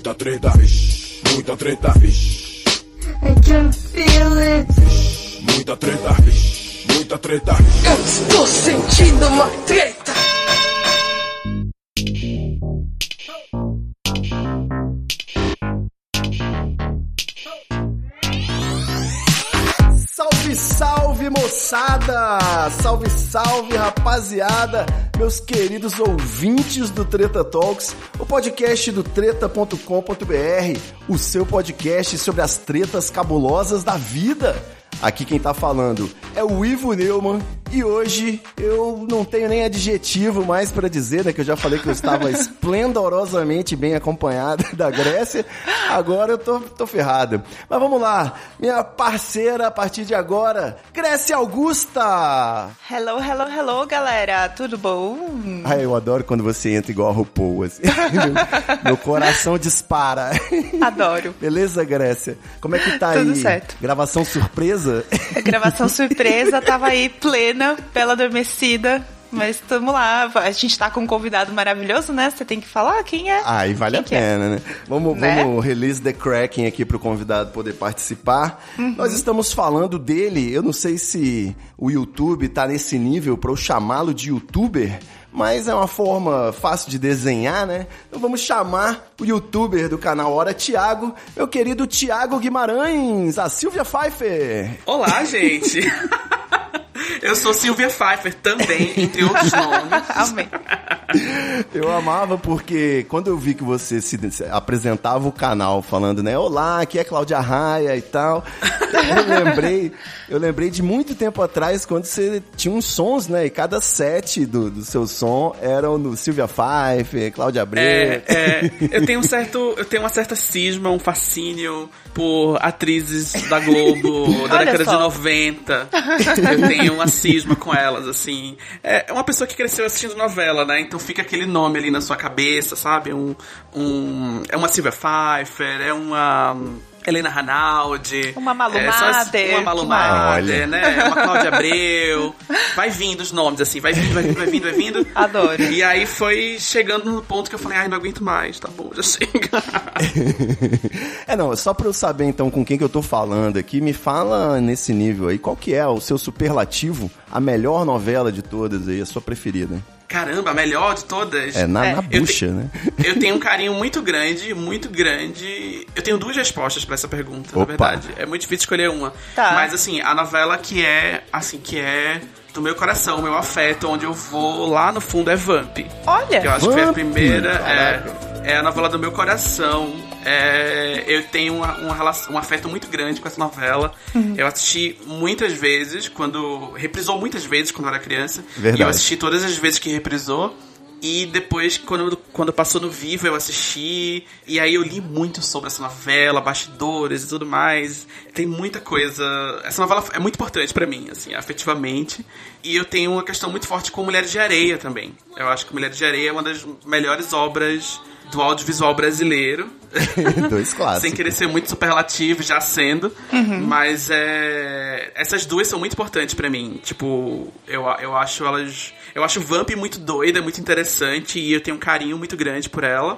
Muita treta, vixe, muita treta, vixe. I can feel it. Muita treta, vixe, muita treta, vixe. Eu estou sentindo uma treta. Salve, salve, moçada! Salve, salve, rapaziada! Meus queridos ouvintes do Treta Talks, o podcast do treta.com.br, o seu podcast sobre as tretas cabulosas da vida. Aqui quem tá falando é o Ivo Neumann e hoje eu não tenho nem adjetivo mais pra dizer, né? Que eu já falei que eu estava esplendorosamente bem acompanhado da Grécia, agora eu tô ferrado. Mas vamos lá, minha parceira a partir de agora, Grécia Augusta! Hello, hello, hello, galera, tudo bom? Ah, eu adoro quando você entra igual a RuPaul, assim. meu coração dispara. Adoro. Beleza, Grécia? Como é que tá aí? Tudo certo. Gravação surpresa? A gravação surpresa tava aí plena, bela adormecida, mas tamo lá. A gente tá com um convidado maravilhoso, né? Você tem que falar quem é. Ah, e vale quem a pena, né? Vamos release the Kraken aqui pro convidado poder participar. Uhum. Nós estamos falando dele, eu não sei se o YouTube tá nesse nível pra eu chamá-lo de youtuber, mas é uma forma fácil de desenhar, né? Então vamos chamar o youtuber do canal Hora Thiago, meu querido Thiago Guimarães, a Silvia Pfeiffer. Olá, gente! Eu sou Silvia Pfeiffer também, entre outros nomes. Amém. Eu amava porque quando eu vi que você se apresentava o canal falando, né? Olá, aqui é Cláudia Raia e tal. Eu lembrei de muito tempo atrás quando você tinha uns sons, né? E cada set do seu som eram no Silvia Pfeiffer, Cláudia Abreu. Eu tenho uma certa cisma, um fascínio por atrizes da Globo da década de 90. Eu tenho uma cisma com elas, assim. É uma pessoa que cresceu assistindo novela, né? Então fica aquele nome ali na sua cabeça, sabe? É uma Silvia Pfeiffer, é uma Helena Ranaldi. Uma Malu Mader. Uma Malu Mader, né? Uma Cláudia Abreu. Vai vindo os nomes, assim. Vai vindo. Adoro. E aí foi chegando no ponto que eu falei, não aguento mais, tá bom, já chega. Não, só pra eu saber então com quem que eu tô falando aqui, me fala nesse nível aí, qual que é o seu superlativo, a melhor novela de todas aí, a sua preferida? Caramba, a melhor de todas. Na bucha, né? Eu tenho um carinho muito grande, muito grande. Eu tenho duas respostas pra essa pergunta, na verdade. É muito difícil escolher uma. Tá. Mas, assim, a novela que é do meu coração, meu afeto, onde eu vou lá no fundo é Vamp. Olha! Que eu acho que foi a primeira, é a novela do meu coração. Eu tenho um afeto muito grande com essa novela. Uhum. Eu assisti muitas vezes, reprisou muitas vezes quando eu era criança. Verdade. E eu assisti todas as vezes que reprisou. E depois, quando passou no Vivo, eu assisti. E aí eu li muito sobre essa novela, bastidores e tudo mais. Tem muita coisa. Essa novela é muito importante pra mim, assim, afetivamente. E eu tenho uma questão muito forte com Mulheres de Areia também. Eu acho que Mulheres de Areia é uma das melhores obras do audiovisual brasileiro. Dois clássicos. Sem querer ser muito superlativo, já sendo. Uhum. Mas essas duas são muito importantes pra mim. Tipo, eu acho elas... Eu acho Vamp muito doida, muito interessante. E eu tenho um carinho muito grande por ela.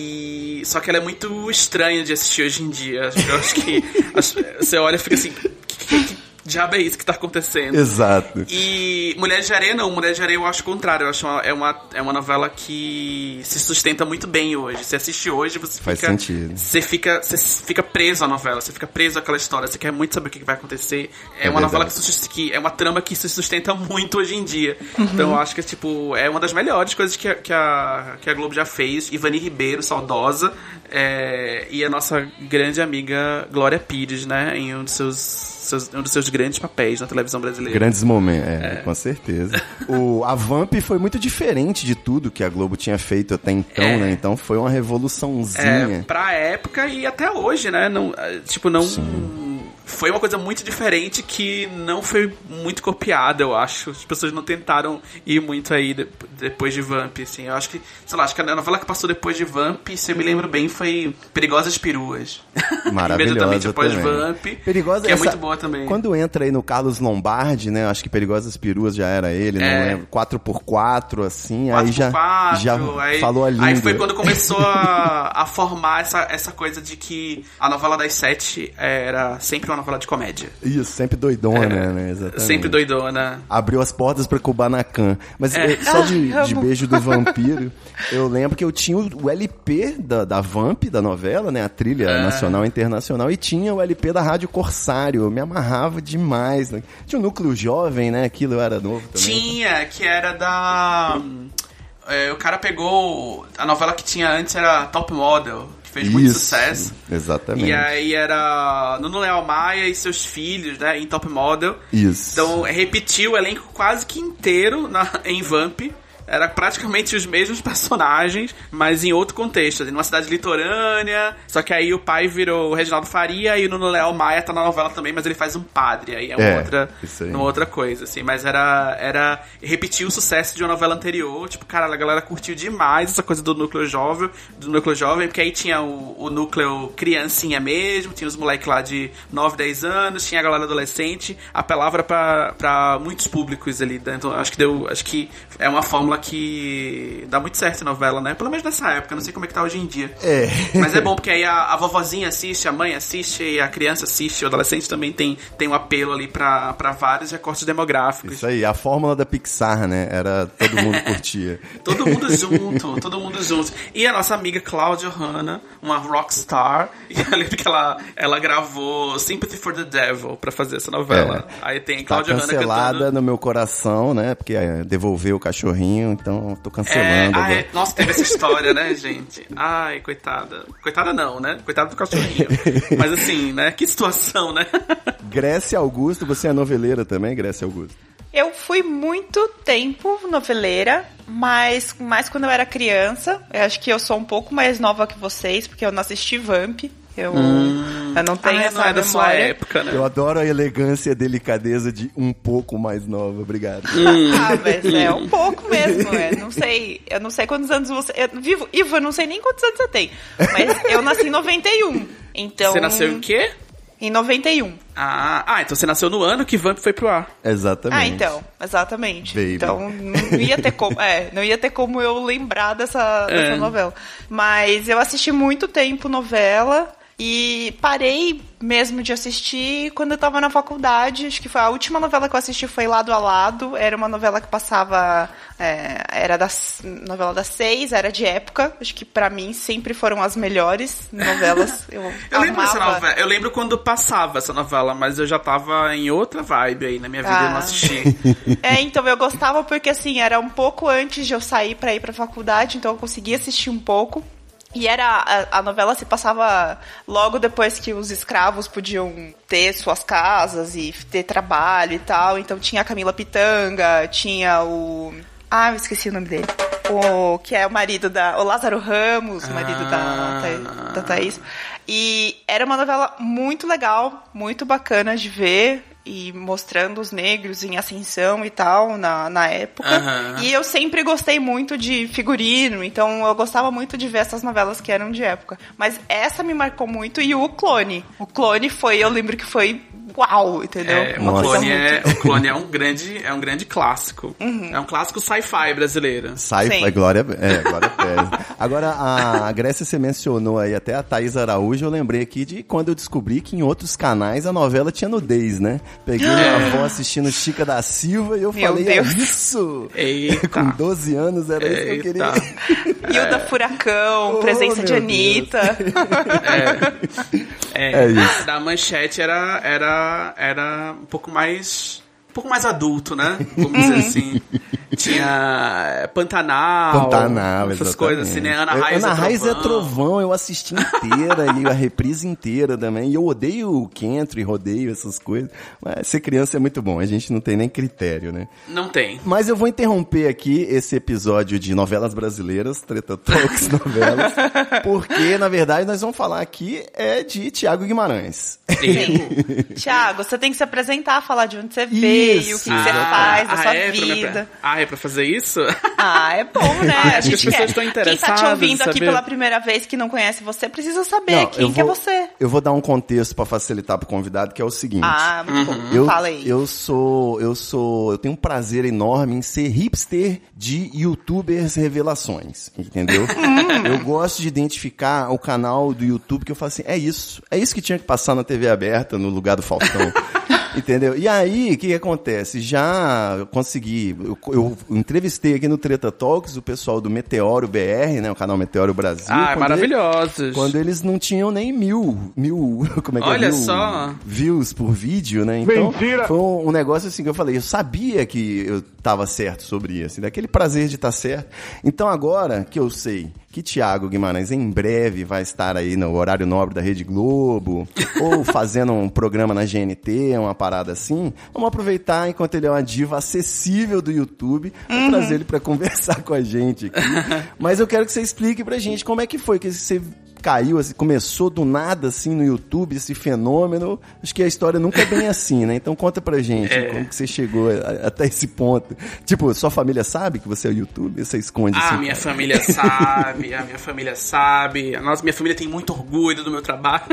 Só que ela é muito estranha de assistir hoje em dia. Eu acho que... Você olha e fica assim... Que diabo é isso que tá acontecendo? Exato. E Mulheres de Areia não, Mulheres de Areia eu acho o contrário. Eu acho é uma novela que se sustenta muito bem hoje. Você assiste hoje, Faz sentido. Você fica preso à novela, você fica preso àquela história, você quer muito saber o que vai acontecer. É uma verdade. novela que é uma trama que se sustenta muito hoje em dia. Uhum. Então eu acho que é uma das melhores coisas que a Globo já fez. Ivani Ribeiro, saudosa, e a nossa grande amiga Glória Pires, né, em um dos seus grandes papéis na televisão brasileira. Grandes momentos, com certeza. A Vamp foi muito diferente de tudo que a Globo tinha feito até então, né? Então foi uma revoluçãozinha. Pra época e até hoje, né? Não. foi uma coisa muito diferente que não foi muito copiada, eu acho. As pessoas não tentaram ir muito aí depois de Vamp, assim. Eu acho que, sei lá, acho que a novela que passou depois de Vamp, se eu me lembro bem, foi Perigosas Peruas. Maravilhosa Imediatamente após também. Vamp, Perigosa, que é muito boa também. Quando entra aí no Carlos Lombardi, né, acho que Perigosas Peruas já era ele, não lembro, 4x4, assim, 4x4, aí já falou a língua. Aí foi quando começou a formar essa coisa de que a novela das 7 era sempre uma novela de comédia. Isso, sempre doidona, né, exatamente. Sempre doidona. Abriu as portas pra Kubanacan. Mas só de Beijo do Vampiro, eu lembro que eu tinha o LP da Vamp, da novela, né, a trilha nacional e internacional, e tinha o LP da Rádio Corsário. Eu me amarrava demais, né? Tinha o Núcleo Jovem, né, aquilo eu era novo também. Tinha, que era da... o cara pegou... A novela que tinha antes era Top Model, que fez muito sucesso. Exatamente. E aí era Nuno Leal Maia e seus filhos, né, em Top Model. Isso. Então repetiu o elenco quase que inteiro em Vamp. Era praticamente os mesmos personagens, mas em outro contexto, numa cidade litorânea. Só que aí o pai virou o Reginaldo Faria e o Nuno Leal Maia tá na novela também, mas ele faz um padre. Aí uma outra coisa, assim. Mas era repetir o sucesso de uma novela anterior. Tipo, cara, a galera curtiu demais essa coisa do núcleo jovem, porque aí tinha o núcleo criancinha mesmo, tinha os moleques lá de 9, 10 anos, tinha a galera adolescente, apelava pra muitos públicos ali. Então acho que é uma fórmula que dá muito certo a novela, né? Pelo menos nessa época, não sei como é que tá hoje em dia. Mas é bom, porque aí a vovozinha assiste, a mãe assiste, a criança assiste, o adolescente também tem um apelo ali pra vários recortes demográficos. Isso aí, a fórmula da Pixar, né? Era todo mundo curtia. Todo mundo junto. E a nossa amiga Cláudia Hanna, uma rockstar, e eu lembro que ela gravou Sympathy for the Devil pra fazer essa novela. Aí tem Cláudia Hanna cancelada cantando... no meu coração, né? Porque devolveu o cachorrinho, então tô cancelando. Nossa, teve essa história, né, gente? Ai, coitada. Coitada não, né? Coitada do cachorrinho. Mas assim, né? Que situação, né? Grécia Augusto, você é noveleira também, Grécia Augusto? Eu fui muito tempo noveleira, mas mais quando eu era criança. Eu acho que eu sou um pouco mais nova que vocês, porque eu não assisti Vamp. Eu não tenho essa não é da sua memória. época, né? Eu adoro a elegância e a delicadeza de um pouco mais nova, obrigado. Mas é um pouco mesmo, eu não sei quantos anos você... Ivo, eu não sei nem quantos anos você tem, mas eu nasci em 91, então... Você nasceu em quê? Em 91. Então você nasceu no ano que Vamp foi pro ar. Exatamente. Então, exatamente. Baby. Então não ia ter como eu lembrar dessa novela. Mas eu assisti muito tempo novela e parei mesmo de assistir quando eu tava na faculdade. Acho que foi a última novela que eu assisti foi Lado a Lado. Era uma novela que passava... era novela das 6, era de época. Acho que pra mim sempre foram as melhores novelas. Eu lembro dessa novela. Eu lembro quando passava essa novela, mas eu já tava em outra vibe aí na minha vida, eu não assisti. Então eu gostava porque assim, era um pouco antes de eu sair pra ir pra faculdade, então eu conseguia assistir um pouco. E a novela se passava logo depois que os escravos podiam ter suas casas e ter trabalho e tal. Então tinha a Camila Pitanga, tinha o... eu esqueci o nome dele. Que é o marido o Lázaro Ramos, o marido da Thaís. E era uma novela muito legal, muito bacana de ver. E mostrando os negros em ascensão e tal, na época. E eu sempre gostei muito de figurino, então eu gostava muito de ver essas novelas que eram de época. Mas essa me marcou muito, e o Clone. O Clone eu lembro que foi uau, entendeu? O Clone é um grande clássico. É um clássico sci-fi brasileiro. Sci-fi, Glória Pérez. Agora, a Grécia, você mencionou aí até a Thaís Araújo, eu lembrei aqui de quando eu descobri que em outros canais a novela tinha nudez, né? Peguei minha avó assistindo Chica da Silva e eu falei, é isso! Eita. Com 12 anos era isso que eu queria. Hilda Furacão, presença de Anitta. É isso. Da Manchete era um pouco mais adulto, né? Vamos dizer assim. Tinha Pantanal, essas exatamente. coisas assim, né? Ana Raiz é Trovão, eu assisti inteira e a reprise inteira também. E eu odeio o country, rodeio essas coisas. Mas ser criança é muito bom, a gente não tem nem critério, né? Não tem. Mas eu vou interromper aqui esse episódio de novelas brasileiras, Treta Talks Novelas, porque, na verdade, nós vamos falar aqui de Thiago Guimarães. Sim. Thiago, você tem que se apresentar, falar de onde você veio, o que você faz da sua vida. É pra fazer isso? É bom, né? A Acho que as pessoas estão interessadas. Quem tá te ouvindo aqui saber? pela primeira vez que não conhece você, precisa saber quem que é você. Eu vou dar um contexto pra facilitar pro convidado, que é o seguinte. Muito bom. Fala aí. Eu tenho um prazer enorme em ser hipster de youtubers revelações, entendeu? Eu gosto de identificar o canal do YouTube que eu falo assim, é isso que tinha que passar na TV aberta, no lugar do Faustão. Entendeu? E aí, o que acontece? Já consegui, eu entrevistei aqui no Treta Talks o pessoal do Meteoro BR, né? O canal Meteoro Brasil. Maravilhosos. Quando eles não tinham nem mil como é que Olha é? Só. Views por vídeo, né? Então, Mentira. foi um negócio assim que eu falei, eu sabia que eu tava certo sobre isso, daquele prazer de estar certo. Então agora que eu sei que Thiago Guimarães em breve vai estar aí no horário nobre da Rede Globo, ou fazendo um programa na GNT, uma parada assim, vamos aproveitar enquanto ele é uma diva acessível do YouTube, pra trazer ele pra conversar com a gente aqui. Mas eu quero que você explique pra gente como é que foi que você caiu, assim, começou do nada, assim, no YouTube, esse fenômeno. Acho que a história nunca é bem assim, né? Então conta pra gente como que você chegou até esse ponto. Tipo, sua família sabe que você é o YouTube? Você esconde assim? Minha família sabe, a minha família sabe. Minha família tem muito orgulho do meu trabalho.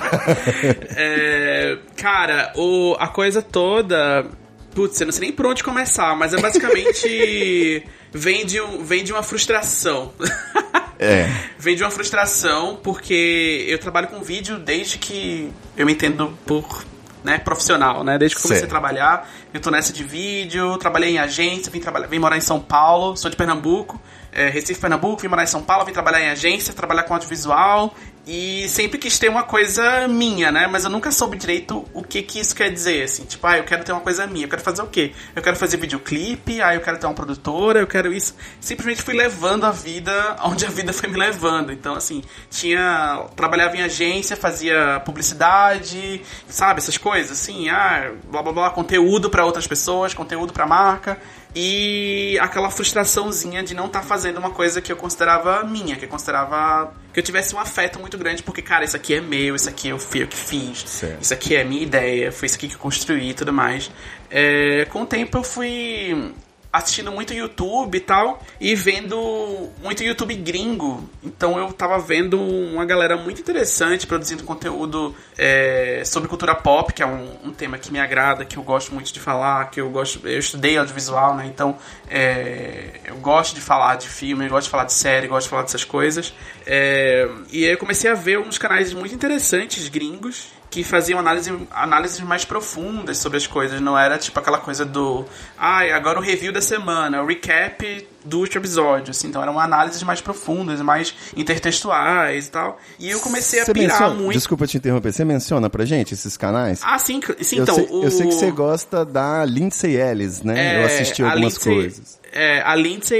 Cara, a coisa toda... Putz, eu não sei nem por onde começar, mas é basicamente... vem de uma frustração. Vem de uma frustração, porque eu trabalho com vídeo desde que eu me entendo por profissional, né? Desde que eu comecei a trabalhar, eu tô nessa de vídeo, trabalhei em agência, vim morar em São Paulo, sou de Pernambuco, Recife, Pernambuco, vim morar em São Paulo, vim trabalhar em agência, trabalhar com audiovisual, e sempre quis ter uma coisa minha, né? Mas eu nunca soube direito o que isso quer dizer, assim. Tipo, eu quero ter uma coisa minha. Eu quero fazer o quê? Eu quero fazer videoclipe, eu quero ter uma produtora, eu quero isso. Simplesmente fui levando a vida onde a vida foi me levando. Então, assim, trabalhava em agência, fazia publicidade, sabe? Essas coisas, assim. Blá, blá, blá. Conteúdo pra outras pessoas, conteúdo pra marca. E aquela frustraçãozinha de não estar fazendo uma coisa que eu considerava minha, que eu tivesse um afeto muito grande, porque, cara, isso aqui é meu, isso aqui eu fui eu que fiz, certo. Isso aqui é minha ideia, foi isso aqui que eu construí e tudo mais. Com o tempo eu fui assistindo muito YouTube e tal, e vendo muito YouTube gringo. Então eu tava vendo uma galera muito interessante produzindo conteúdo sobre cultura pop, que é um tema que me agrada, que eu gosto muito de falar, eu estudei audiovisual, né? Então eu gosto de falar de filme, eu gosto de falar de série, eu gosto de falar dessas coisas. E aí eu comecei a ver uns canais muito interessantes gringos, que faziam análises mais profundas sobre as coisas. Não era tipo aquela coisa do agora o review da semana, o recap do último episódio, assim. Então eram análises mais profundas, mais intertextuais e tal. E eu comecei a pirar muito. Desculpa te interromper, você menciona pra gente esses canais? Sim, eu sei que você gosta da Lindsay Ellis, né? Eu assisti algumas coisas. A Lindsay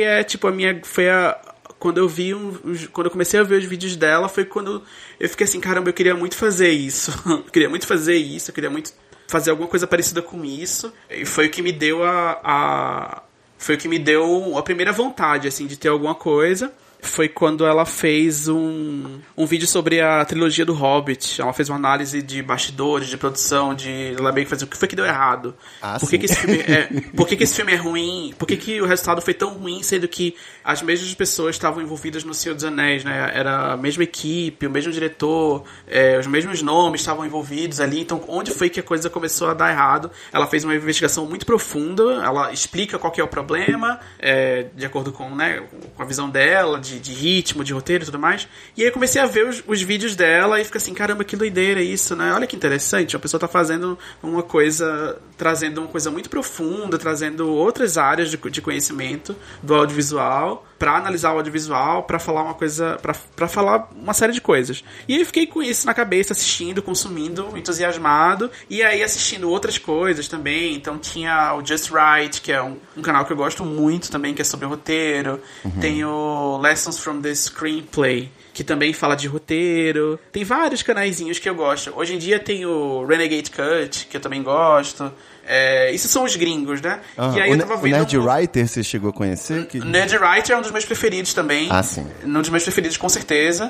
quando eu comecei a ver os vídeos dela, foi quando eu fiquei assim, caramba, eu queria muito fazer isso. Eu queria muito fazer alguma coisa parecida com isso. E foi o que me deu foi o que me deu a primeira vontade, assim, de ter alguma coisa. Foi quando ela fez um vídeo sobre a trilogia do Hobbit. Ela fez uma análise de bastidores, de produção, ela meio que fazia o que foi que deu errado. Por que esse filme é ruim? Por que o resultado foi tão ruim, sendo que as mesmas pessoas estavam envolvidas no Senhor dos Anéis, né? Era a mesma equipe, o mesmo diretor, os mesmos nomes estavam envolvidos ali. Então, onde foi que a coisa começou a dar errado? Ela fez uma investigação muito profunda, ela explica qual que é o problema, de acordo com a visão dela, de de ritmo, de roteiro e tudo mais. E aí eu comecei a ver os vídeos dela e fica assim, caramba, que doideira isso, né? Olha que interessante, a pessoa tá fazendo uma coisa, trazendo uma coisa muito profunda, trazendo outras áreas de conhecimento do audiovisual, pra analisar o audiovisual, pra falar uma coisa, pra falar uma série de coisas. E aí eu fiquei com isso na cabeça, assistindo, consumindo, entusiasmado, e aí assistindo outras coisas também. Então tinha o Just Right, que é um canal que eu gosto muito também, que é sobre roteiro. Tem o Lessons from the Screenplay, que também fala de roteiro. Tem vários canaizinhos que eu gosto. Hoje em dia tem o Renegade Cut, que eu também gosto. Isso são os gringos, né? E aí eu tava vendo o Nerdwriter você chegou a conhecer? Nerdwriter é um dos meus preferidos também. Ah, sim. Um dos meus preferidos, com certeza.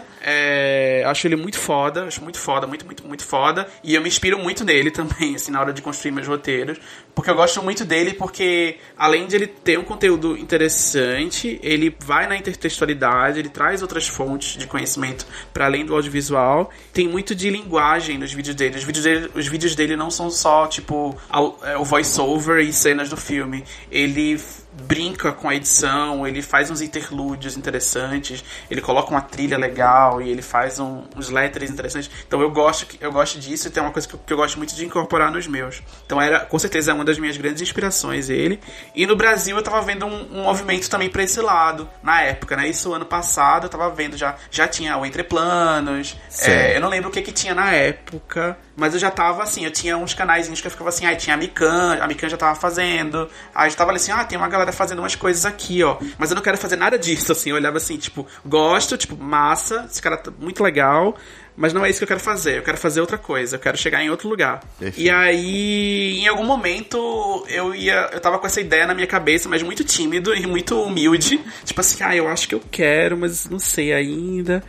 Acho ele muito foda. Acho muito foda, muito, muito, muito foda. E eu me inspiro muito nele também, assim, na hora de construir meus roteiros. Porque eu gosto muito dele porque, além de ele ter um conteúdo interessante, ele vai na intertextualidade, ele traz outras fontes de conhecimento para além do audiovisual. Tem muito de linguagem nos vídeos dele. Os vídeos dele não são só, tipo, o voice-over e cenas do filme. Ele brinca com a edição, ele faz uns interlúdios interessantes, ele coloca uma trilha legal e ele faz uns letters interessantes. Então eu gosto disso, e tem uma coisa que eu gosto muito de incorporar nos meus. Então com certeza é uma das minhas grandes inspirações ele. E no Brasil eu tava vendo um movimento também pra esse lado, na época, né? Isso ano passado eu tava vendo, já tinha o Entre Planos, eu não lembro o que tinha na época, mas eu já tava assim, eu tinha uns canaizinhos que eu ficava assim, tinha a Mikan já tava fazendo, aí eu tava ali assim, tem uma galera fazendo umas coisas aqui, ó, mas eu não quero fazer nada disso, assim, eu olhava assim, tipo, gosto, tipo, massa, esse cara tá muito legal, mas não é isso que eu quero fazer outra coisa, eu quero chegar em outro lugar. Perfeito. E aí, em algum momento, eu tava com essa ideia na minha cabeça, mas muito tímido e muito humilde, tipo assim, eu acho que eu quero, mas não sei ainda,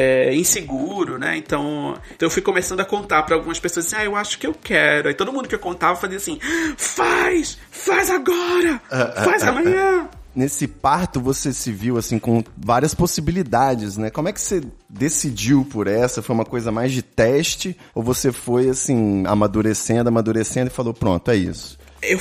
inseguro, né, então eu fui começando a contar pra algumas pessoas assim, eu acho que eu quero, aí todo mundo que eu contava fazia assim, faz agora, faz amanhã. Nesse parto você se viu assim com várias possibilidades, né? Como é que você decidiu por essa? Foi uma coisa mais de teste? Ou você foi assim, amadurecendo e falou, pronto, é isso?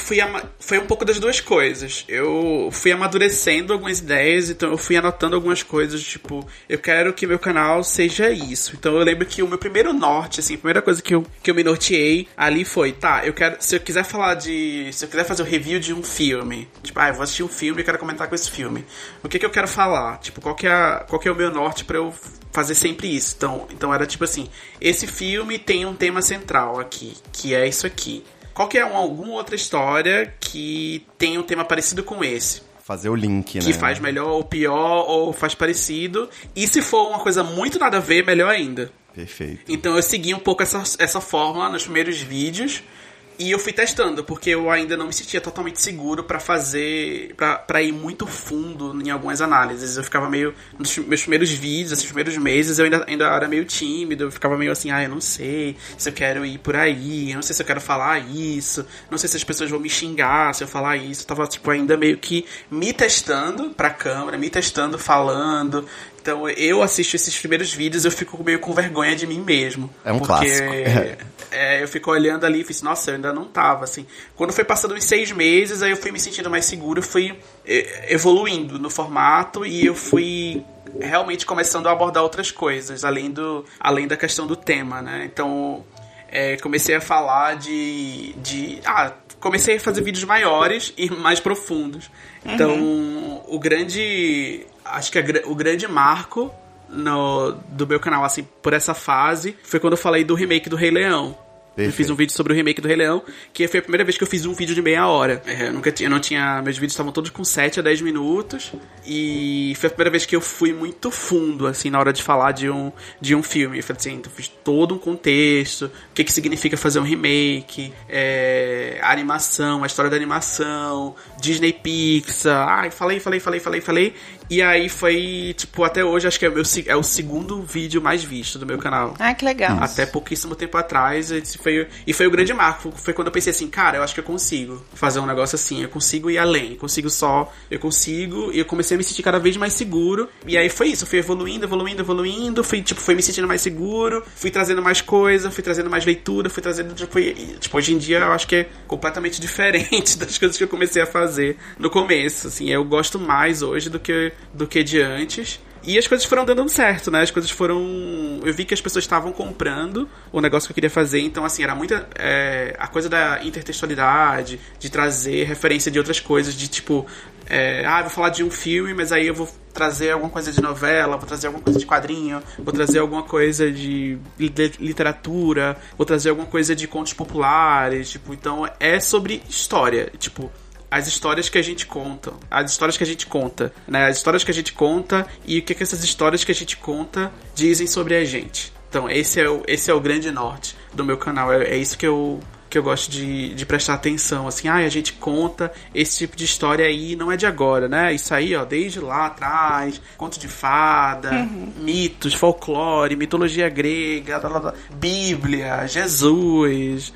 Foi um pouco das duas coisas. Eu fui amadurecendo algumas ideias, então eu fui anotando algumas coisas, tipo, eu quero que meu canal seja isso. Então eu lembro que o meu primeiro norte, assim, a primeira coisa que eu me norteei ali foi, se eu quiser fazer o review de um filme, tipo, eu vou assistir um filme e quero comentar com esse filme. O que eu quero falar? Tipo, qual que é o meu norte pra eu fazer sempre isso? Então era tipo assim, esse filme tem um tema central aqui, que é isso aqui. Qual que é alguma outra história que tem um tema parecido com esse? Fazer o link, né? Que faz melhor ou pior, ou faz parecido. E se for uma coisa muito nada a ver, melhor ainda. Perfeito. Então eu segui um pouco essa fórmula nos primeiros vídeos. E eu fui testando, porque eu ainda não me sentia totalmente seguro pra fazer, pra ir muito fundo em algumas análises. Eu ficava meio, nos meus primeiros vídeos, esses primeiros meses, eu ainda era meio tímido, eu ficava meio assim, eu não sei se eu quero ir por aí, eu não sei se eu quero falar isso, não sei se as pessoas vão me xingar se eu falar isso. Eu tava, tipo, ainda meio que me testando pra câmera, me testando, falando. Então eu assisto esses primeiros vídeos, eu fico meio com vergonha de mim mesmo. É um clássico. Eu fico olhando ali e fiz, nossa, eu ainda não tava, assim. Quando foi passando uns 6 meses, aí eu fui me sentindo mais seguro, eu fui evoluindo no formato e eu fui realmente começando a abordar outras coisas, além da questão do tema, né? Então, comecei a falar comecei a fazer vídeos maiores e mais profundos. Então, acho que o grande marco do meu canal, assim, por essa fase, foi quando eu falei do remake do Rei Leão. Perfeito. Eu fiz um vídeo sobre o remake do Rei Leão, que foi a primeira vez que eu fiz um vídeo de meia hora. Meus vídeos estavam todos com 7 a 10 minutos, e foi a primeira vez que eu fui muito fundo, assim, na hora de falar de um filme. Eu falei assim, então, fiz todo um contexto, o que significa fazer um remake, a animação, a história da animação, Disney Pixar, falei. E aí foi, tipo, até hoje, acho que é o segundo vídeo mais visto do meu canal. Que legal. Até pouquíssimo tempo atrás, foi o grande marco. Foi quando eu pensei assim, cara, eu acho que eu consigo fazer um negócio assim, eu consigo ir além, e eu comecei a me sentir cada vez mais seguro. E aí foi isso, eu fui evoluindo, fui me sentindo mais seguro, fui trazendo mais coisa, fui trazendo mais leitura, fui trazendo, tipo, hoje em dia eu acho que é completamente diferente das coisas que eu comecei a fazer no começo, assim, eu gosto mais hoje do que de antes. E as coisas foram dando certo, né? As coisas foram... Eu vi que as pessoas estavam comprando o negócio que eu queria fazer. Então, assim, era muita... a coisa da intertextualidade, de trazer referência de outras coisas, de tipo... vou falar de um filme, mas aí eu vou trazer alguma coisa de novela, vou trazer alguma coisa de quadrinho, vou trazer alguma coisa de literatura, vou trazer alguma coisa de contos populares, tipo... Então, é sobre história, tipo... As histórias que a gente conta, né? As histórias que a gente conta e o que essas histórias que a gente conta dizem sobre a gente. Então esse é o grande norte do meu canal, é isso que eu gosto de prestar atenção, assim, a gente conta esse tipo de história aí, não é de agora, né? Isso aí, ó, desde lá atrás, conto de fada, mitos, folclore, mitologia grega, Bíblia, Jesus,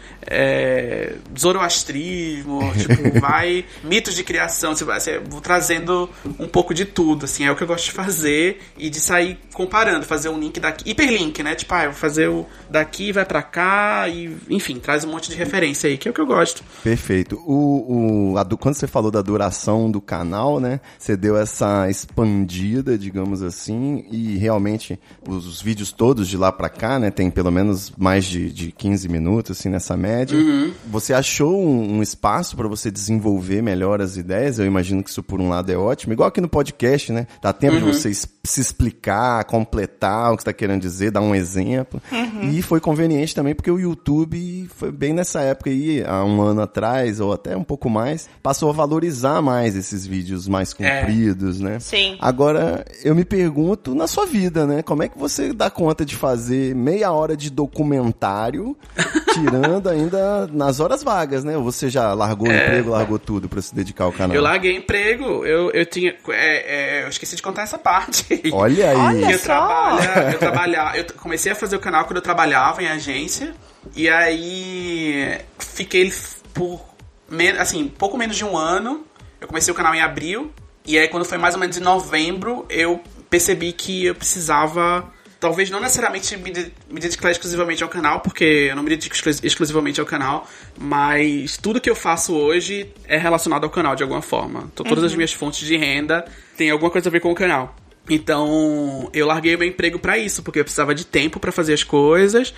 zoroastrismo, tipo, mitos de criação, vou trazendo um pouco de tudo, assim, é o que eu gosto de fazer e de sair comparando, fazer um link daqui, hiperlink, né? Tipo, eu vou fazer o daqui, vai pra cá e, enfim, traz um monte de referência aí, que é o que eu gosto. Perfeito. Quando você falou da duração do canal, né? Você deu essa expandida, digamos assim, e realmente os vídeos todos de lá pra cá, né? Tem pelo menos mais de 15 minutos, assim, nessa média. Você achou um espaço pra você desenvolver melhor as ideias? Eu imagino que isso, por um lado, é ótimo. Igual aqui no podcast, né? Dá tempo de você se explicar, completar o que você tá querendo dizer, dar um exemplo. E foi conveniente também, porque o YouTube foi bem nessa época aí, há um ano atrás, ou até um pouco mais, passou a valorizar mais esses vídeos mais compridos, né? Sim. Agora, eu me pergunto, na sua vida, né? Como é que você dá conta de fazer meia hora de documentário, tirando ainda nas horas vagas, né? Ou você já largou o emprego, largou tudo pra se dedicar ao canal? Eu larguei emprego, eu tinha... eu esqueci de contar essa parte. Olha aí! Olha só! Eu comecei a fazer o canal quando eu trabalhava em agência, e aí fiquei por pouco menos de um ano. Eu comecei o canal em abril, e aí quando foi mais ou menos em novembro, eu percebi que eu precisava, talvez não necessariamente me dedicar exclusivamente ao canal, porque eu não me dedico exclusivamente ao canal, mas tudo que eu faço hoje é relacionado ao canal de alguma forma. Então, todas as minhas fontes de renda têm alguma coisa a ver com o canal. Então, eu larguei meu emprego pra isso, porque eu precisava de tempo pra fazer as coisas,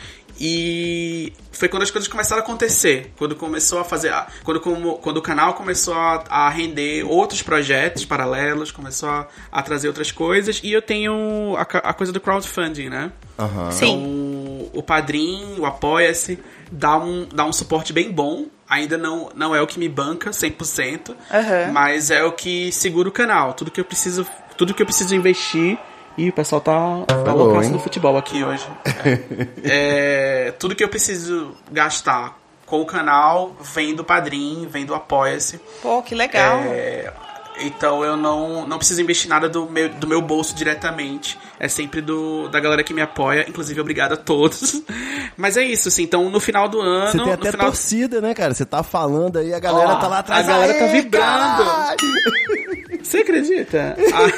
e foi quando as coisas começaram a acontecer, quando começou a fazer, quando o canal começou a render outros projetos paralelos, começou a trazer outras coisas, e eu tenho a coisa do crowdfunding, né? Sim. Então, o Padrim, o Apoia-se, dá um suporte bem bom. Ainda não é o que me banca 100%, mas é o que segura o canal. Tudo que eu preciso investir. E o pessoal tá loucaço no futebol aqui hoje. Tudo que eu preciso gastar com o canal vem do Padrim, vem do Apoia-se. Pô, que legal. Então eu não preciso investir nada do meu bolso diretamente. É sempre da galera que me apoia. Inclusive, obrigado a todos. Mas é isso, assim. Então, no final do ano... Você tem até torcida, né, cara? Você tá falando aí, a galera tá lá atrás. A galera tá vibrando. Você acredita?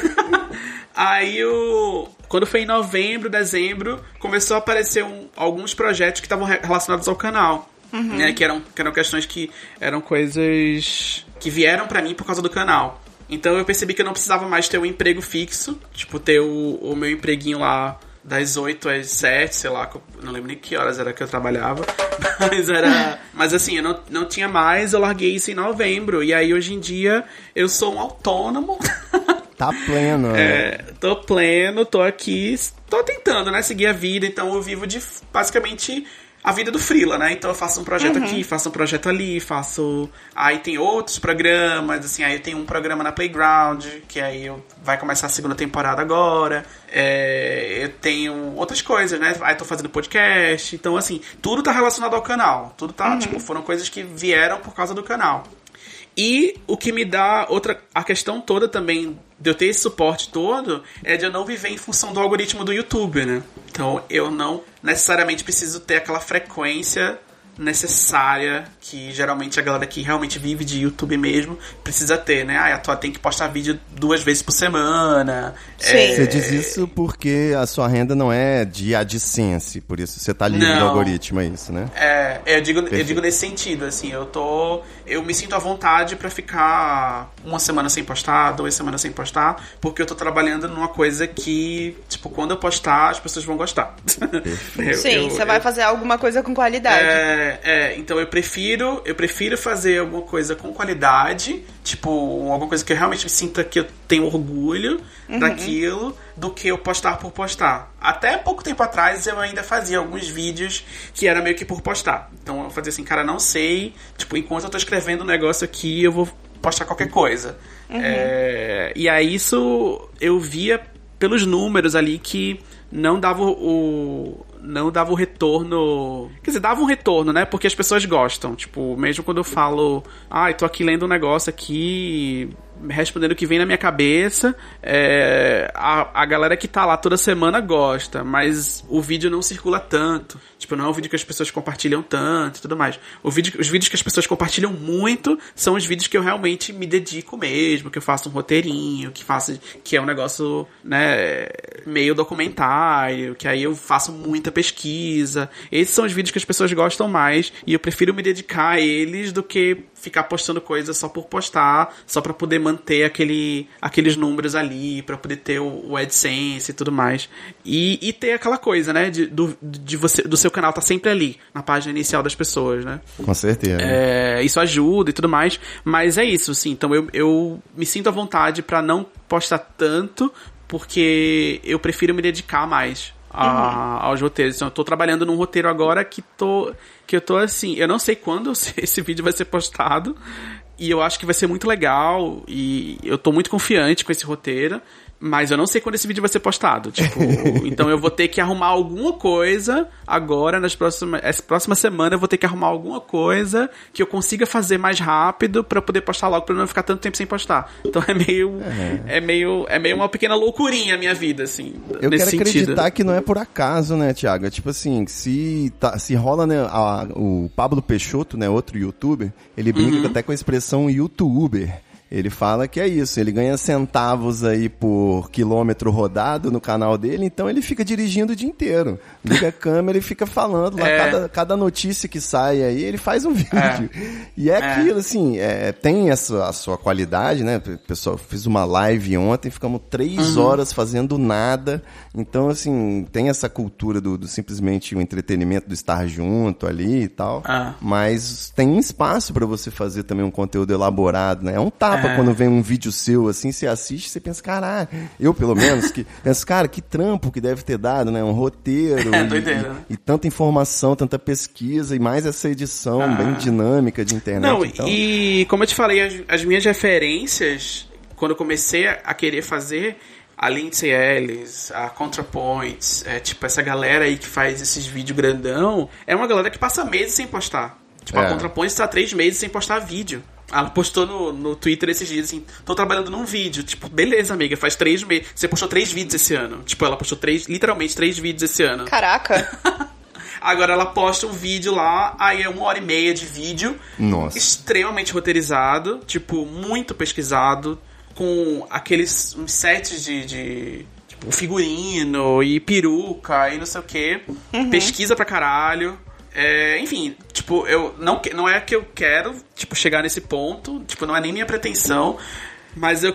Aí, quando foi em novembro, dezembro, começou a aparecer alguns projetos que estavam relacionados ao canal. Né, que eram questões que eram coisas que vieram pra mim por causa do canal. Então eu percebi que eu não precisava mais ter um emprego fixo, tipo, ter o meu empreguinho lá das 8 às 7, sei lá, não lembro nem que horas era que eu trabalhava, mas assim, eu não tinha mais, eu larguei isso em novembro, e aí hoje em dia eu sou um autônomo. Tá pleno. Tô pleno, tô aqui, tô tentando, né, seguir a vida, então eu vivo de, basicamente, a vida do freela, né? Então eu faço um projeto aqui, faço um projeto ali, aí tem outros programas, assim, aí eu tenho um programa na Playground, que aí vai começar a segunda temporada agora, eu tenho outras coisas, né? Aí tô fazendo podcast, então assim, tudo tá relacionado ao canal, tudo tá, tipo, foram coisas que vieram por causa do canal. E o que me dá a questão toda também de eu ter esse suporte todo é de eu não viver em função do algoritmo do YouTube, né? Então eu não necessariamente preciso ter aquela frequência necessária que geralmente a galera que realmente vive de YouTube mesmo precisa ter, né? A tua tem que postar vídeo 2 vezes por semana. Sim. Você diz isso porque a sua renda não é de AdSense, por isso você tá livre do algoritmo, é isso, né? Eu digo nesse sentido, assim, eu me sinto à vontade pra ficar 1 semana sem postar, 2 semanas sem postar, porque eu tô trabalhando numa coisa que, tipo, quando eu postar, as pessoas vão gostar. Sim, você vai fazer alguma coisa com qualidade. Então eu prefiro fazer alguma coisa com qualidade, tipo, alguma coisa que eu realmente me sinta que eu tenho orgulho daquilo, do que eu postar por postar. Até pouco tempo atrás eu ainda fazia alguns vídeos que era meio que por postar. Então eu fazia assim, cara, não sei, tipo, enquanto eu tô escrevendo um negócio aqui, eu vou postar qualquer coisa. E aí isso eu via pelos números ali que não dava o retorno. Quer dizer, dava um retorno, né? Porque as pessoas gostam. Tipo, mesmo quando eu falo, tô aqui lendo um negócio aqui, respondendo o que vem na minha cabeça, a galera que tá lá toda semana gosta, mas o vídeo não circula tanto. Tipo, não é um vídeo que as pessoas compartilham tanto e tudo mais. Os vídeos que as pessoas compartilham muito são os vídeos que eu realmente me dedico mesmo, que eu faço um roteirinho, que é um negócio, né, meio documentário, que aí eu faço muita pesquisa. Esses são os vídeos que as pessoas gostam mais, e eu prefiro me dedicar a eles do que ficar postando coisa só por postar, só pra poder manter aqueles números ali, pra poder ter o AdSense e tudo mais. E ter aquela coisa, né, do seu canal tá sempre ali, na página inicial das pessoas, né? Com certeza. Isso ajuda e tudo mais, mas é isso, sim. Então eu me sinto à vontade pra não postar tanto, porque eu prefiro me dedicar mais aos roteiros. Então eu tô trabalhando num roteiro agora que eu tô assim, eu não sei quando esse vídeo vai ser postado, e eu acho que vai ser muito legal, e eu tô muito confiante com esse roteiro, mas eu não sei quando esse vídeo vai ser postado, tipo, então eu vou ter que arrumar alguma coisa agora, essa próxima semana eu vou ter que arrumar alguma coisa que eu consiga fazer mais rápido pra poder postar logo, pra não ficar tanto tempo sem postar. Então é meio uma pequena loucurinha a minha vida, assim, eu nesse quero sentido. acreditar que não é por acaso, né, Thiago? É tipo assim, se rola, né, o Pablo Peixoto, né, outro youtuber, ele brinca até com a expressão youtuber. Ele fala que é isso, ele ganha centavos aí por quilômetro rodado no canal dele, então ele fica dirigindo o dia inteiro. Liga a câmera e fica falando lá, cada notícia que sai aí, ele faz um vídeo. E aquilo, assim, tem a sua qualidade, né? Pessoal, fiz uma live ontem, ficamos 3 horas fazendo nada. Então, assim, tem essa cultura do simplesmente o entretenimento, do estar junto ali e tal. Mas tem um espaço pra você fazer também um conteúdo elaborado, né? É um tapa quando vem um vídeo seu, assim, você assiste, você pensa, caralho, eu pelo menos, penso, cara, que trampo que deve ter dado, né? Um roteiro e tanta informação, tanta pesquisa e mais essa edição bem dinâmica de internet. Não, então. E como eu te falei, as minhas referências, quando eu comecei a querer fazer, a Lindsay Ellis, a ContraPoints, tipo, essa galera aí que faz esses vídeos grandão, é uma galera que passa meses sem postar. Tipo, a ContraPoints tá 3 meses sem postar vídeo. Ela postou no Twitter esses dias assim, tô trabalhando num vídeo. Tipo, beleza, amiga, faz 3 meses. Você postou 3 vídeos esse ano. Tipo, ela postou literalmente 3 vídeos esse ano. Caraca! Agora ela posta um vídeo lá, aí é 1h30 de vídeo. Nossa. Extremamente roteirizado, tipo, muito pesquisado, com aqueles sets de tipo, figurino e peruca e não sei o que. Pesquisa pra caralho. Enfim, tipo, eu não é que eu quero, tipo, chegar nesse ponto, tipo, não é nem minha pretensão, mas eu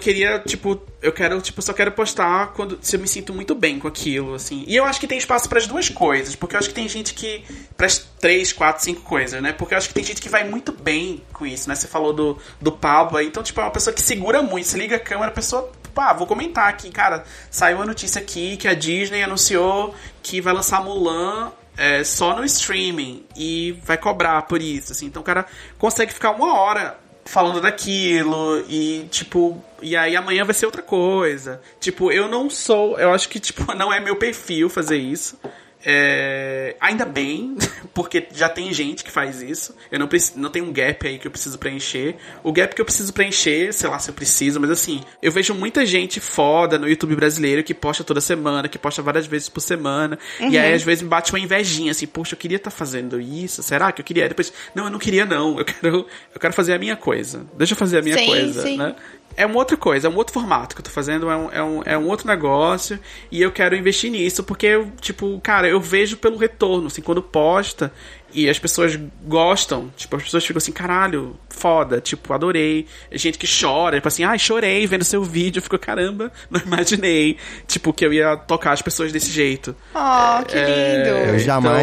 só quero postar se eu me sinto muito bem com aquilo, assim. E eu acho que tem espaço pras 2 coisas, porque eu acho que tem gente que, pras 3, 4, 5 coisas, né, porque eu acho que tem gente que vai muito bem com isso, né, você falou do Pablo aí, então, tipo, é uma pessoa que segura muito, você liga a câmera, a pessoa, vou comentar aqui, cara, saiu uma notícia aqui que a Disney anunciou que vai lançar Mulan só no streaming e vai cobrar por isso, assim. Então o cara consegue ficar 1 hora falando daquilo e, tipo, e aí amanhã vai ser outra coisa. Tipo, eu acho que, tipo, não é meu perfil fazer isso. Ainda bem, porque já tem gente que faz isso. Eu não tenho um gap aí que eu preciso preencher. O gap que eu preciso preencher, sei lá se eu preciso, mas assim, eu vejo muita gente foda no YouTube brasileiro que posta toda semana, que posta várias vezes por semana. E aí, às vezes, me bate uma invejinha, assim, poxa, eu queria estar fazendo isso. Será que eu queria? Depois, não, eu não queria, não. Eu quero fazer a minha coisa. Deixa eu fazer a minha coisa, né? É uma outra coisa, é um outro formato que eu tô fazendo, é um outro negócio, e eu quero investir nisso, porque, tipo, cara, eu vejo pelo retorno, assim, quando posta, e as pessoas gostam, tipo, as pessoas ficam assim, caralho, foda, tipo, adorei. Gente que chora, tipo assim, chorei vendo seu vídeo, eu fico, caramba, não imaginei, tipo, que eu ia tocar as pessoas desse jeito. Que lindo! Eu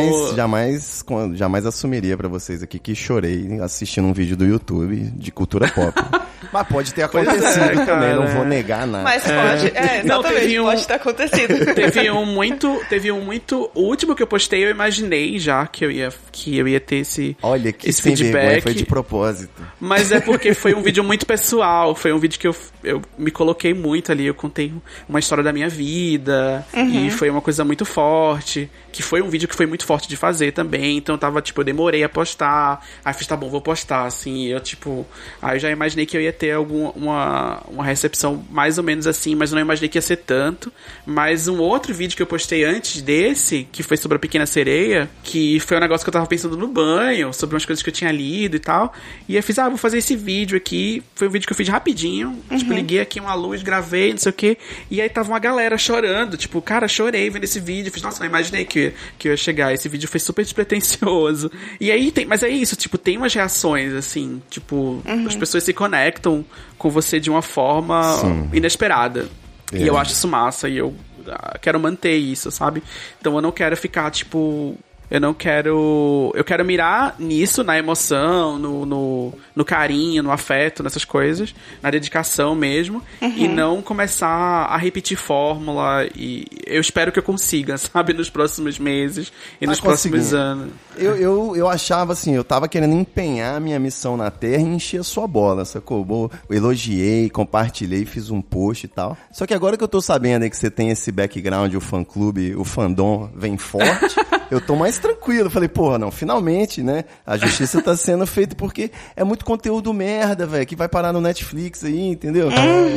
jamais assumiria pra vocês aqui que chorei assistindo um vídeo do YouTube de cultura pop. Mas pode ter acontecido também, não vou negar nada. Mas pode, exatamente, pode ter acontecido. Teve um muito, o último que eu postei, eu imaginei já que eu ia ter esse Olha, que esse sem feedback. Vergonha, foi de propósito. Mas é porque foi um vídeo muito pessoal, foi um vídeo que eu me coloquei muito ali, eu contei uma história da minha vida, e foi uma coisa muito forte, que foi um vídeo que foi muito forte de fazer também, então eu demorei a postar, aí fiz, tá bom, vou postar, assim, aí eu já imaginei que eu ia ter uma recepção mais ou menos assim, mas eu não imaginei que ia ser tanto. Mas um outro vídeo que eu postei antes desse, que foi sobre a Pequena Sereia, que foi um negócio que eu tava pensando no banho, sobre umas coisas que eu tinha lido e tal, e eu fiz, vou fazer esse vídeo aqui. Foi um vídeo que eu fiz rapidinho, liguei aqui uma luz, gravei, não sei o que, e aí tava uma galera chorando, tipo, cara, chorei vendo esse vídeo, fiz, nossa, não imaginei que eu ia chegar, esse vídeo foi super despretensioso. E aí mas é isso, tipo, tem umas reações, assim, tipo, as pessoas se conectam com você de uma forma inesperada. E eu acho isso massa, e eu quero manter isso, sabe? Então eu não quero ficar, tipo... Eu quero mirar nisso, na emoção, no carinho, no afeto, nessas coisas, na dedicação mesmo, e não começar a repetir fórmula, e eu espero que eu consiga, sabe, nos próximos meses e nos próximos anos. Eu achava assim, eu tava querendo empenhar a minha missão na Terra e encher a sua bola, sacou? Eu elogiei, compartilhei, fiz um post e tal. Só que agora que eu tô sabendo aí que você tem esse background, o fã-clube, o fandom vem forte, eu tô mais tranquilo. Falei, porra, não, finalmente, né? A justiça tá sendo feita porque é muito conteúdo merda, velho, que vai parar no Netflix aí, entendeu?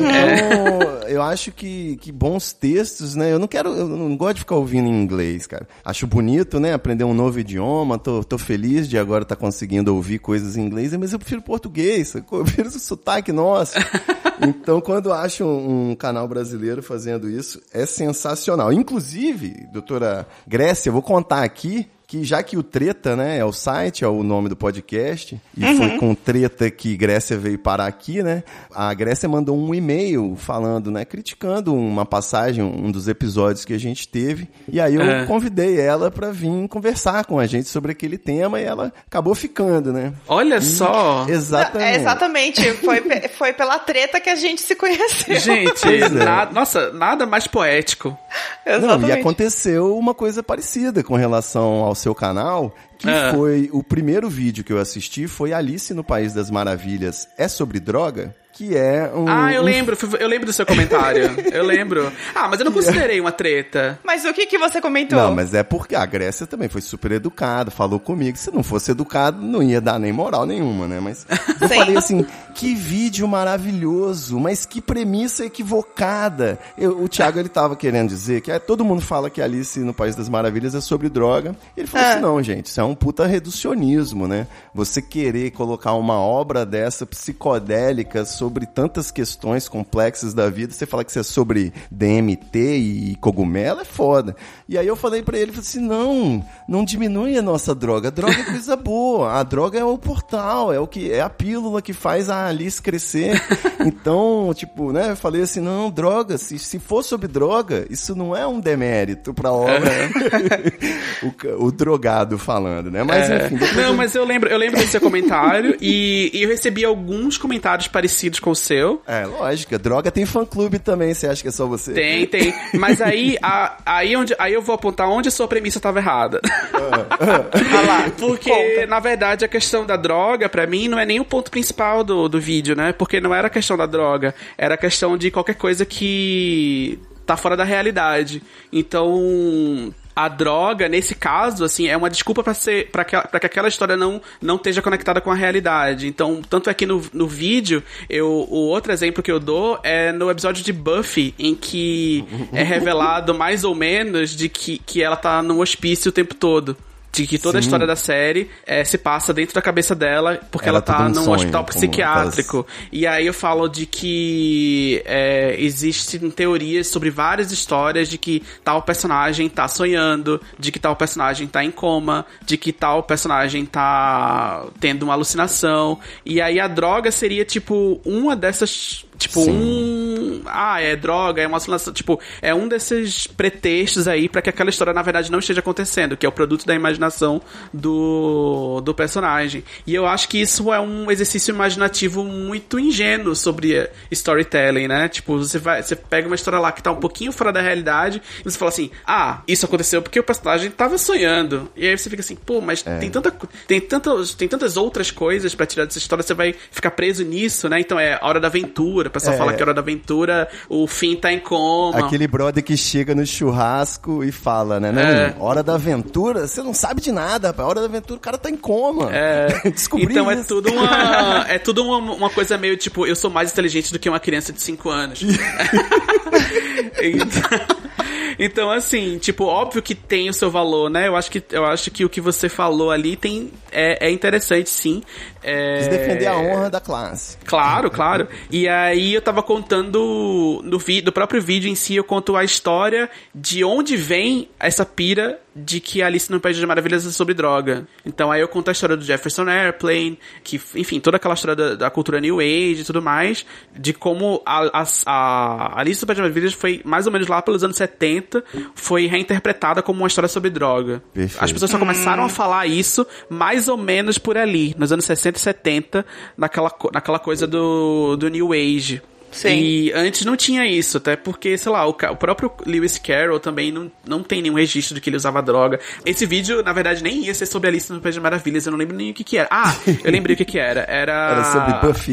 Então, eu acho que bons textos, né? Eu não gosto de ficar ouvindo em inglês, cara. Acho bonito, né? Aprender um novo idioma, tô feliz de agora estar conseguindo ouvir coisas em inglês, mas eu prefiro português, sacou? Eu prefiro o sotaque nosso. Então, quando acho um canal brasileiro fazendo isso, é sensacional. Inclusive, doutora Grécia, eu vou contar aqui que já que o Treta, né, é o site, é o nome do podcast, e foi com Treta que Grécia veio parar aqui, né, a Grécia mandou um e-mail falando, né, criticando uma passagem, um dos episódios que a gente teve, e aí eu convidei ela pra vir conversar com a gente sobre aquele tema, e ela acabou ficando, né. Olha só! Exatamente. Exatamente, foi pela Treta que a gente se conheceu. Gente, nada mais poético. Não, e aconteceu uma coisa parecida com relação ao seu canal, que foi o primeiro vídeo que eu assisti, foi Alice no País das Maravilhas. É sobre droga? Que é um... eu lembro do seu comentário. Eu lembro. Mas eu não considerei uma treta. Mas o que você comentou? Não, mas é porque a Grécia também foi super educada, falou comigo. Se não fosse educado, não ia dar nem moral nenhuma, né? Mas eu falei assim, que vídeo maravilhoso, mas que premissa equivocada. O Thiago, ele tava querendo dizer que todo mundo fala que Alice no País das Maravilhas é sobre droga. Ele falou assim, não, gente, isso é um puta reducionismo, né? Você querer colocar uma obra dessa psicodélica sobre tantas questões complexas da vida, você fala que isso é sobre DMT e cogumelo, é foda. E aí eu falei pra ele, falei assim, não diminui a nossa droga. A droga é coisa boa. A droga é o portal, é a pílula que faz a Alice crescer. Então, tipo, né, eu falei assim, não, droga, se for sobre droga, isso não é um demérito pra obra. o drogado falando, né? Mas enfim. Mas eu lembro desse seu comentário e eu recebi alguns comentários parecidos com o seu. É, lógico, a droga tem fã-clube também, você acha que é só você? Tem. Mas aí eu vou apontar onde a sua premissa estava errada. Porque, na verdade, a questão da droga, pra mim, não é nem o ponto principal do vídeo, né? Porque não era a questão da droga, era a questão de qualquer coisa que tá fora da realidade. Então, a droga, nesse caso, assim, é uma desculpa pra que aquela história não esteja conectada com a realidade. Então, tanto é que no vídeo, o outro exemplo que eu dou é no episódio de Buffy, em que é revelado mais ou menos de que ela tá num hospício o tempo todo. De que toda a história da série se passa dentro da cabeça dela, porque ela tá num hospital psiquiátrico. E aí eu falo de que existem teorias sobre várias histórias de que tal personagem tá sonhando, de que tal personagem tá em coma, de que tal personagem tá tendo uma alucinação. E aí a droga seria, tipo, uma dessas... Tipo, é droga, é uma alucinação. Tipo, é um desses pretextos aí pra que aquela história, na verdade, não esteja acontecendo, que é o produto da imaginação do personagem. E eu acho que isso é um exercício imaginativo muito ingênuo sobre storytelling, né? Tipo, você pega uma história lá que tá um pouquinho fora da realidade e você fala assim, isso aconteceu porque o personagem tava sonhando. E aí você fica assim, pô, mas tem tantas outras coisas pra tirar dessa história, você vai ficar preso nisso, né? Então é Hora da Aventura. O pessoal fala que Hora da Aventura, o Finn tá em coma. Aquele brother que chega no churrasco e fala, né? Não, Hora da Aventura, você não sabe de nada, rapaz. Hora da Aventura, o cara tá em coma. Descobri então isso. É tudo uma coisa meio tipo, eu sou mais inteligente do que uma criança de 5 anos. Então, assim, tipo, óbvio que tem o seu valor, né? Eu acho que o que você falou ali é interessante, sim. Quis defender a honra da classe. Claro. E aí eu tava contando do próprio vídeo em si, eu conto a história de onde vem essa pira de que Alice no País das Maravilhas é sobre droga. Então aí eu conto a história do Jefferson Airplane, que, enfim, toda aquela história da cultura New Age e tudo mais, de como a Alice no País das Maravilhas foi mais ou menos lá pelos anos 70, foi reinterpretada como uma história sobre droga. Perfeito. As pessoas só começaram a falar isso mais ou menos por ali, nos anos 60 e 70, naquela coisa do New Age. Sim. E antes não tinha isso, até porque, sei lá, o próprio Lewis Carroll também não tem nenhum registro de que ele usava droga. Esse vídeo, na verdade, nem ia ser sobre Alice no País das Maravilhas, eu não lembro nem o que era. Eu lembrei o que era. Era sobre Buffy.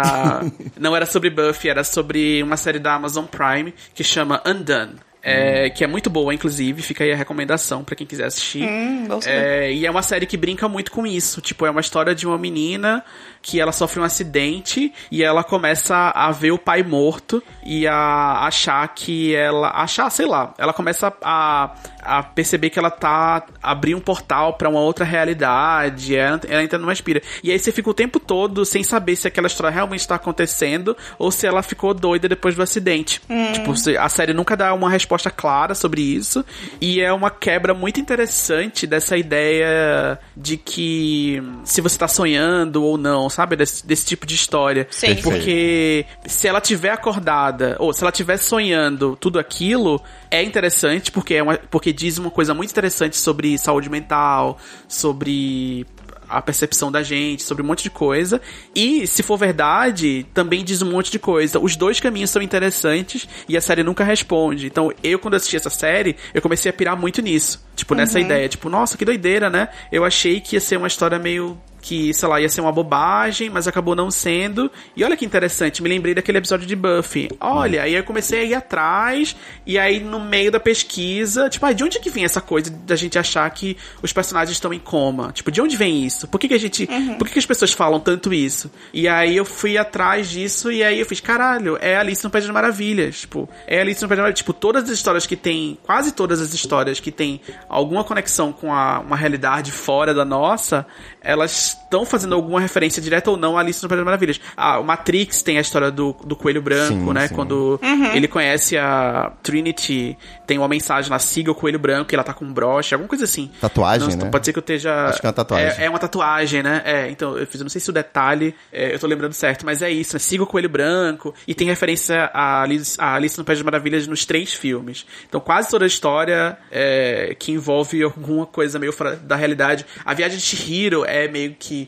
Não era sobre Buffy, era sobre uma série da Amazon Prime que chama Undone. Que é muito boa, inclusive, fica aí a recomendação pra quem quiser assistir. E é uma série que brinca muito com isso. Tipo, é uma história de uma menina que ela sofre um acidente e ela começa a ver o pai morto e a achar que ela começa a perceber que ela tá abrindo um portal pra uma outra realidade, ela entra numa espira. E aí você fica o tempo todo sem saber se aquela história realmente tá acontecendo ou se ela ficou doida depois do acidente. Tipo, a série nunca dá uma resposta clara sobre isso, e é uma quebra muito interessante dessa ideia de que se você tá sonhando ou não, sabe? Desse tipo de história. Sim. Porque se ela tiver acordada, ou se ela tiver sonhando tudo aquilo, é interessante, porque diz uma coisa muito interessante sobre saúde mental, sobre a percepção da gente, sobre um monte de coisa. E, se for verdade, também diz um monte de coisa. Os dois caminhos são interessantes e a série nunca responde. Então, quando assisti essa série, eu comecei a pirar muito nisso. Tipo, nessa ideia. Tipo, nossa, que doideira, né? Eu achei que ia ser uma história meio... que, sei lá, ia ser uma bobagem, mas acabou não sendo. E olha que interessante, me lembrei daquele episódio de Buffy. Olha, aí eu comecei a ir atrás, e aí no meio da pesquisa, tipo, de onde é que vem essa coisa da gente achar que os personagens estão em coma? Tipo, de onde vem isso? Por que as pessoas falam tanto isso? E aí eu fui atrás disso, e aí eu fiz, caralho, é Alice no País das Maravilhas. Tipo, é Alice no País das Maravilhas. Tipo, todas as histórias que tem, quase todas as histórias que tem alguma conexão com uma realidade fora da nossa, elas estão fazendo alguma referência direta ou não a Alice no País das Maravilhas. O Matrix tem a história do coelho branco, né? Sim. Quando ele conhece a Trinity, tem uma mensagem lá, siga o coelho branco, e ela tá com um broche, alguma coisa assim. Tatuagem, né? Pode ser que eu esteja... Acho que é uma tatuagem. É uma tatuagem, né? Então, eu não sei se o detalhe, eu tô lembrando certo, mas é isso, né? Siga o coelho branco, e tem referência a Alice no País das Maravilhas nos 3 filmes. Então, quase toda a história que envolve alguma coisa meio fora da realidade. A Viagem de Chihiro é meio que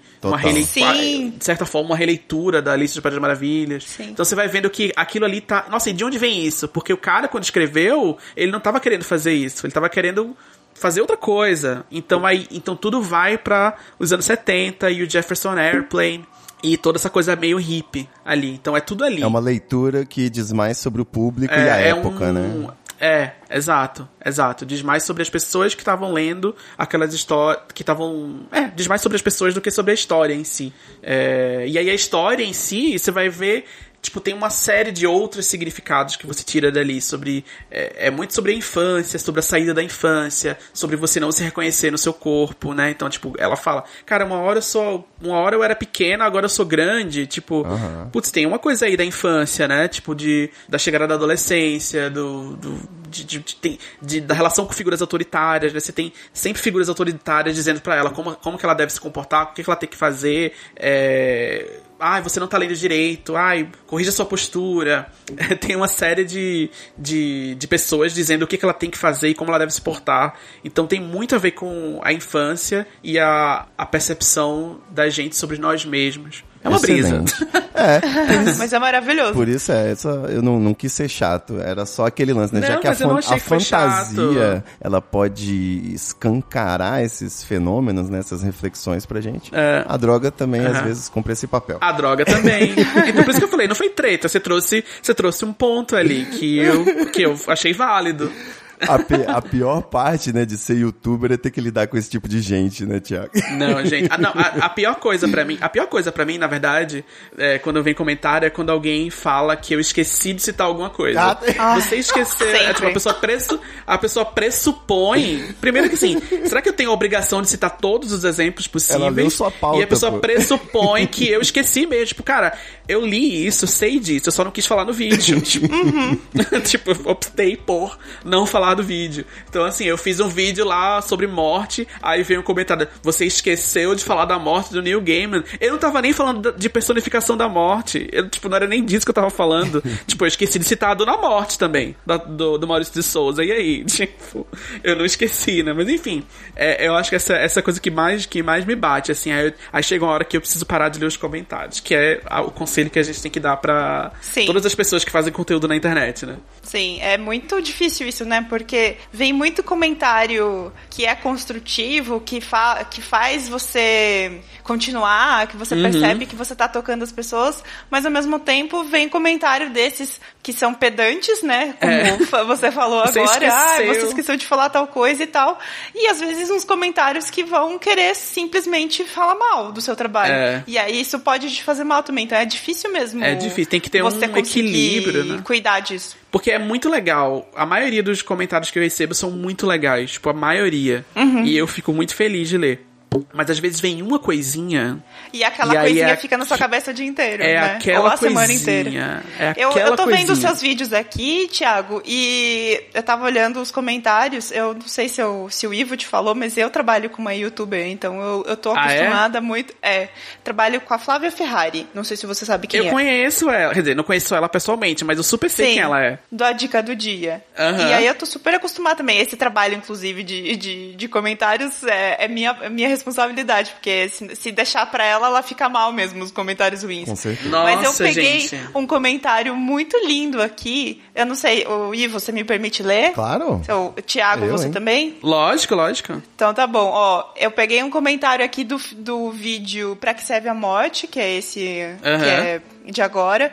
de certa forma, uma releitura da Alice no País das Maravilhas. Sim. Então você vai vendo que aquilo ali tá... Nossa, e de onde vem isso? Porque o cara, quando escreveu, ele não tava querendo fazer isso. Ele tava querendo fazer outra coisa. Então tudo vai pra os anos 70 e o Jefferson Airplane e toda essa coisa meio hippie ali. Então é tudo ali. É uma leitura que diz mais sobre o público e a época, né? Exato. Diz mais sobre as pessoas que estavam lendo aquelas histórias, diz mais sobre as pessoas do que sobre a história em si. E aí a história em si, você vai ver, tipo, tem uma série de outros significados que você tira dali, sobre, muito sobre a infância, sobre a saída da infância, sobre você não se reconhecer no seu corpo, né? Então, tipo, ela fala, cara, uma hora eu era pequena, agora eu sou grande, tipo, putz, tem uma coisa aí da infância, né? Tipo, da chegada da adolescência, da relação com figuras autoritárias, né? Você tem sempre figuras autoritárias dizendo pra ela como que ela deve se comportar, o que ela tem que fazer, você não tá lendo direito, corrija sua postura. Tem uma série de pessoas dizendo o que ela tem que fazer e como ela deve se portar. Então tem muito a ver com a infância e a percepção da gente sobre nós mesmos. É uma brisa. Mas é maravilhoso. Por isso eu não quis ser chato. Era só aquele lance, né? Não, já que a fantasia, chato. Ela pode escancarar esses fenômenos, né? Essas reflexões pra gente. A droga também, às vezes, cumpre esse papel. A droga também. Então por isso que eu falei, não foi treta. Você trouxe um ponto ali que eu achei válido. A pior parte, né, de ser youtuber é ter que lidar com esse tipo de gente, né, Thiago? Não, gente. A pior coisa pra mim, na verdade, quando vem comentário, é quando alguém fala que eu esqueci de citar alguma coisa. Você esqueceu. Tipo, a pessoa pressupõe. Primeiro que assim, será que eu tenho a obrigação de citar todos os exemplos possíveis? Ela leu sua pauta, e a pessoa pressupõe que eu esqueci mesmo. Tipo, cara, eu li isso, sei disso, eu só não quis falar no vídeo. Tipo, eu optei por não falar do vídeo. Então, assim, eu fiz um vídeo lá sobre morte, aí veio um comentário, você esqueceu de falar da morte do Neil Gaiman. Eu não tava nem falando de personificação da morte. Não era nem disso que eu tava falando. Tipo, eu esqueci de citar a Dona Morte também, do Maurício de Souza. E aí? Tipo, eu não esqueci, né? Mas, enfim, eu acho que essa coisa que mais me bate, assim, aí chega uma hora que eu preciso parar de ler os comentários, que é o conselho que a gente tem que dar pra todas as pessoas que fazem conteúdo na internet, né? Sim, é muito difícil isso, né? Porque vem muito comentário que é construtivo, que faz você continuar, que você percebe que você tá tocando as pessoas, mas ao mesmo tempo vem comentário desses que são pedantes, né? Como você falou agora, você esqueceu de falar tal coisa e tal. E às vezes uns comentários que vão querer simplesmente falar mal do seu trabalho. E aí isso pode te fazer mal também. Então é difícil mesmo. É difícil, tem que ter um equilíbrio, né? Cuidar disso. Porque é muito legal. A maioria dos comentários que eu recebo são muito legais. Tipo, a maioria. E eu fico muito feliz de ler. Mas às vezes vem uma coisinha... E aquela coisinha fica na sua cabeça o dia inteiro, né? Aquela ou a coisinha, semana inteira. Eu tô vendo os seus vídeos aqui, Thiago, e eu tava olhando os comentários. Eu não sei se o Ivo te falou, mas eu trabalho com uma youtuber, então eu tô acostumada muito... trabalho com a Flávia Ferrari. Não sei se você sabe quem é. Eu conheço ela. Quer dizer, não conheço ela pessoalmente, mas eu super sei quem ela é. Da Dica do Dia. E aí eu tô super acostumada também. Esse trabalho, inclusive, de comentários é minha responsabilidade, porque se deixar pra ela fica mal mesmo, os comentários ruins. Com certeza. Mas eu peguei um comentário muito lindo aqui. Eu não sei, Ivo, você me permite ler? Claro. Tiago, você também? Lógico. Então tá bom. Ó, eu peguei um comentário aqui do vídeo Pra Que Serve a Morte, que é esse que é de agora.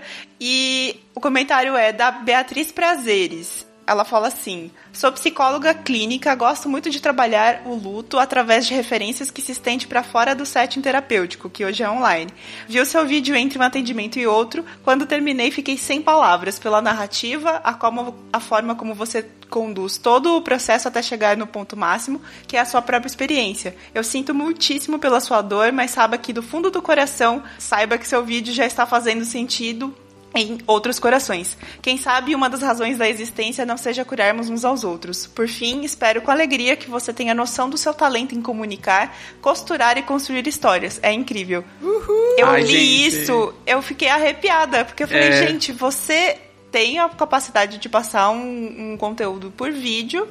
E o comentário é da Beatriz Prazeres. Ela fala assim: sou psicóloga clínica, gosto muito de trabalhar o luto através de referências que se estende para fora do setting terapêutico, que hoje é online. Vi o seu vídeo entre um atendimento e outro. Quando terminei, fiquei sem palavras pela narrativa, a forma como você conduz todo o processo até chegar no ponto máximo, que é a sua própria experiência. Eu sinto muitíssimo pela sua dor, mas saiba que do fundo do coração, saiba que seu vídeo já está fazendo sentido em outros corações. Quem sabe uma das razões da existência não seja curarmos uns aos outros. Por fim, espero com alegria que você tenha noção do seu talento em comunicar, costurar e construir histórias. É incrível. Eu li isso, eu fiquei arrepiada, porque eu falei, gente, você tem a capacidade de passar um conteúdo por vídeo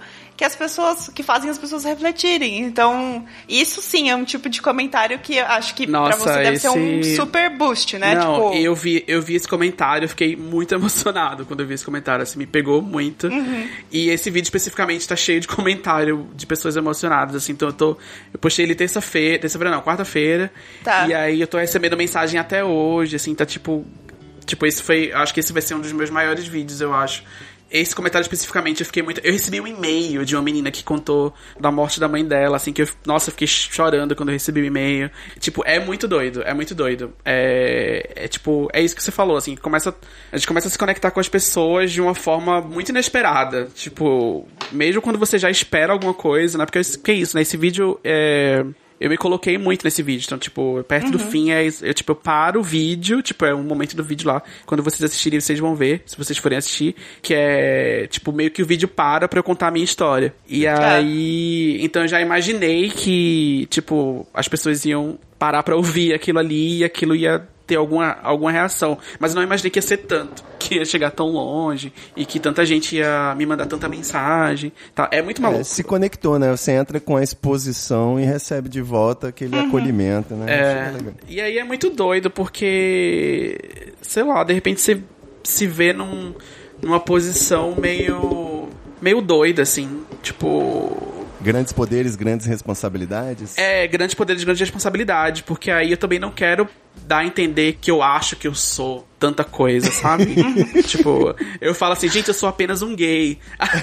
que fazem as pessoas refletirem. Então, isso sim é um tipo de comentário que eu acho que pra você deve ser um super boost, né? Não, tipo... eu vi esse comentário, eu fiquei muito emocionado quando eu vi esse comentário, assim, me pegou muito. E esse vídeo especificamente tá cheio de comentário de pessoas emocionadas, assim, então eu postei ele quarta-feira, tá. E aí eu tô recebendo mensagem até hoje, assim, tá tipo, acho que esse vai ser um dos meus maiores vídeos, eu acho. esse comentário especificamente, eu recebi um e-mail de uma menina que contou da morte da mãe dela, assim, que eu fiquei chorando quando eu recebi o e-mail. Tipo, é muito doido. Tipo, é isso que você falou, assim, a gente começa a se conectar com as pessoas de uma forma muito inesperada. Tipo, mesmo quando você já espera alguma coisa, né? Porque é isso, né? Esse vídeo eu me coloquei muito nesse vídeo. Então, tipo, perto do fim, eu paro o vídeo, tipo, é um momento do vídeo lá. Quando vocês assistirem, vocês vão ver, se vocês forem assistir, que é, tipo, meio que o vídeo para pra eu contar a minha história. E aí, então eu já imaginei que, tipo, as pessoas iam parar pra ouvir aquilo ali e aquilo ia ter alguma reação. Mas eu não imaginei que ia ser tanto, que ia chegar tão longe e que tanta gente ia me mandar tanta mensagem. Tá? É muito maluco. Se conectou, né? Você entra com a exposição e recebe de volta aquele acolhimento, né? E aí é muito doido, porque, sei lá, de repente você se vê numa posição meio doida, assim. Tipo... Grandes poderes, grandes responsabilidades. Grandes poderes, grandes responsabilidades, porque aí eu também não quero dar a entender que eu acho que eu sou tanta coisa, sabe? Tipo, eu falo assim, gente, eu sou apenas um gay.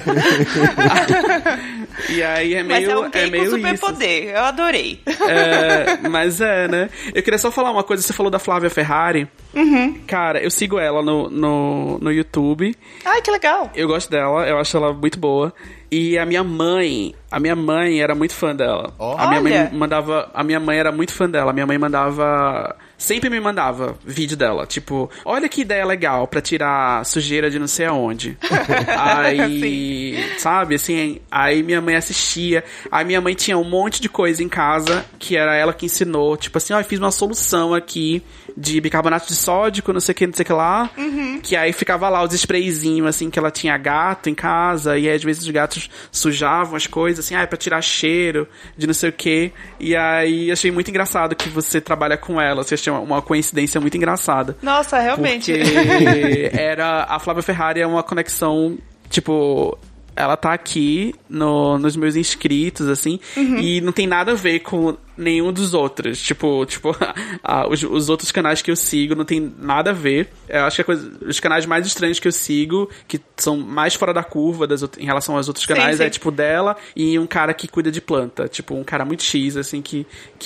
E aí é meio... Mas é um gay com superpoder, eu adorei. Mas né? Eu queria só falar uma coisa, você falou da Flávia Ferrari. Cara, eu sigo ela no YouTube. Ai, que legal. Eu gosto dela, eu acho ela muito boa. E a minha mãe era muito fã dela. A minha mãe era muito fã dela. Minha mãe sempre me mandava vídeo dela. Tipo, olha que ideia legal pra tirar sujeira de não sei aonde. Aí, sabe, assim, aí minha mãe assistia. Aí minha mãe tinha um monte de coisa em casa que era ela que ensinou. Tipo assim, eu fiz uma solução aqui de bicarbonato de sódio, não sei o que lá. Que aí ficava lá os sprayzinhos, assim, que ela tinha gato em casa. E aí, às vezes os gatos sujavam as coisas, assim, pra tirar cheiro de não sei o que. E aí achei muito engraçado que você trabalha com ela. Você achei uma coincidência muito engraçada. Nossa, realmente. Porque a Flávia Ferrari é uma conexão, tipo... Ela tá aqui nos meus inscritos, assim, e não tem nada a ver com nenhum dos outros. Tipo os outros canais que eu sigo não tem nada a ver. Eu acho que os canais mais estranhos que eu sigo, que são mais fora da curva em relação aos outros canais, é tipo dela e um cara que cuida de planta. Tipo, um cara muito X, assim, que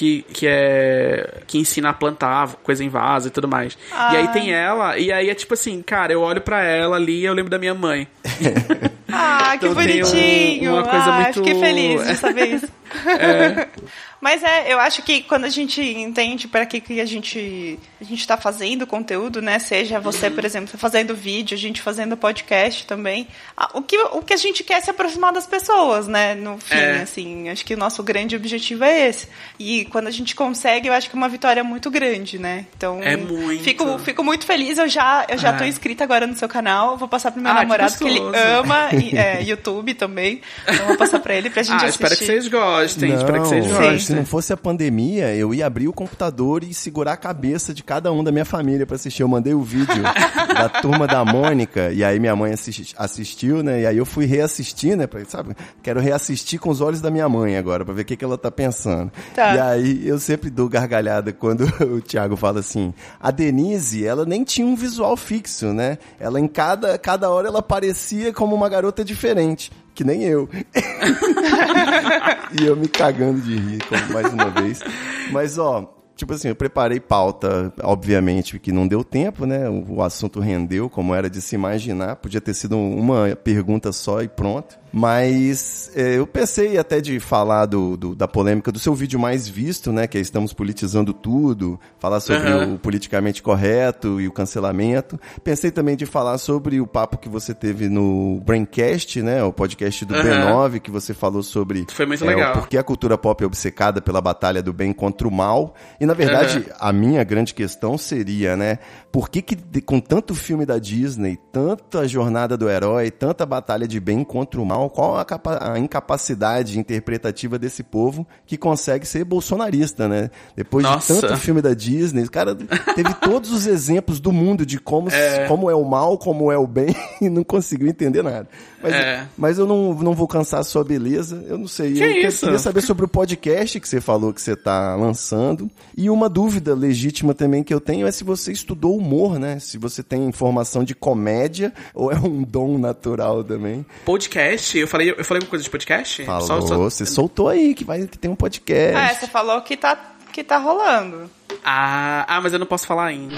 ensina a plantar coisa em vaso e tudo mais. E aí tem ela, e aí é tipo assim, cara, eu olho pra ela ali e eu lembro da minha mãe. Que então, bonitinho. Uma coisa muito... Fiquei feliz de saber isso. Mas eu acho que quando a gente entende para que a gente tá fazendo conteúdo, né? Seja você, por exemplo, fazendo vídeo, a gente fazendo podcast também. O que a gente quer é se aproximar das pessoas, né? No fim, assim, acho que o nosso grande objetivo é esse. E quando a gente consegue, eu acho que é uma vitória muito grande, né? Então, fico muito feliz. Eu já tô inscrita agora no seu canal. Vou passar pro meu namorado, que ele ama YouTube também. Então, vou passar pra ele pra gente assistir. Espero que vocês gostem. Se não fosse a pandemia, eu ia abrir o computador e segurar a cabeça de cada um da minha família pra assistir. Eu mandei o vídeo da Turma da Mônica, e aí minha mãe assistiu, né? E aí eu fui reassistir, né? Sabe? Quero reassistir com os olhos da minha mãe agora, pra ver o que ela tá pensando. Tá. E aí eu sempre dou gargalhada quando o Thiago fala assim, a Denise, ela nem tinha um visual fixo, né? Ela em cada hora ela parecia como uma garota diferente. Que nem eu. E eu me cagando de rir, mais uma vez. Mas, tipo assim, eu preparei pauta, obviamente, que não deu tempo, né? O assunto rendeu, como era de se imaginar. Podia ter sido uma pergunta só e pronto. Mas eu pensei até de falar da polêmica do seu vídeo mais visto, né? Que é Estamos Politizando Tudo. Falar sobre o politicamente correto e o cancelamento. Pensei também de falar sobre o papo que você teve no Braincast, né? O podcast do B9, que você falou sobre... Foi muito legal. Por que a cultura pop é obcecada pela batalha do bem contra o mal. E, na verdade, a minha grande questão seria, né? Por que com tanto filme da Disney, tanta jornada do herói, tanta batalha de bem contra o mal, qual a incapacidade interpretativa desse povo que consegue ser bolsonarista, né? Depois de tanto filme da Disney, o cara teve todos os exemplos do mundo de como é o mal, como é o bem, e não conseguiu entender nada. Mas eu não vou cansar a sua beleza, eu não sei. Eu queria saber sobre o podcast que você falou que você está lançando. E uma dúvida legítima também que eu tenho é se você estudou humor, né? Se você tem formação de comédia ou é um dom natural também. Podcast? Eu falei uma coisa de podcast? Falou, você soltou aí que tem um podcast. Você falou que tá rolando. Mas eu não posso falar ainda.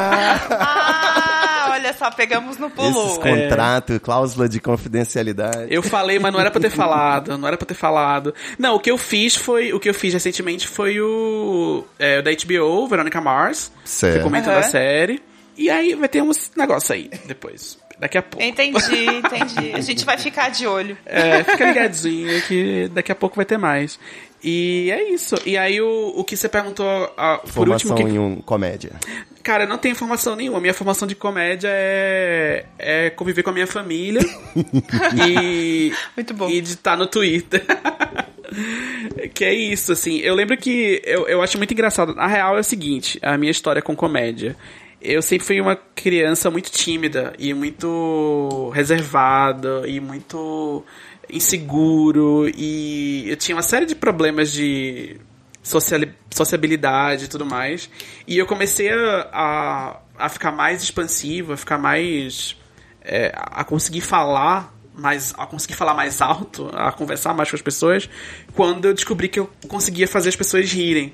Olha só, pegamos no pulo. Esses contratos, cláusula de confidencialidade. Eu falei, mas não era pra ter falado. Não, o que eu fiz recentemente foi o da HBO, Veronica Mars. Certo. Que comenta da série. E aí vai ter uns negócios aí depois. Daqui a pouco. Entendi. A gente vai ficar de olho. Fica ligadinho que daqui a pouco vai ter mais. E é isso. E aí o que você perguntou por último... Formação em comédia. Cara, eu não tenho formação nenhuma. Minha formação de comédia é conviver com a minha família e... Muito bom. E de estar no Twitter. Que é isso, assim. Eu lembro que eu acho muito engraçado. Na real é o seguinte, a minha história com comédia. Eu sempre fui uma criança muito tímida e muito reservada e muito inseguro, e eu tinha uma série de problemas de sociabilidade e tudo mais, e eu comecei a ficar mais expansivo, a ficar mais a conseguir falar mais alto, a conversar mais com as pessoas, quando eu descobri que eu conseguia fazer as pessoas rirem.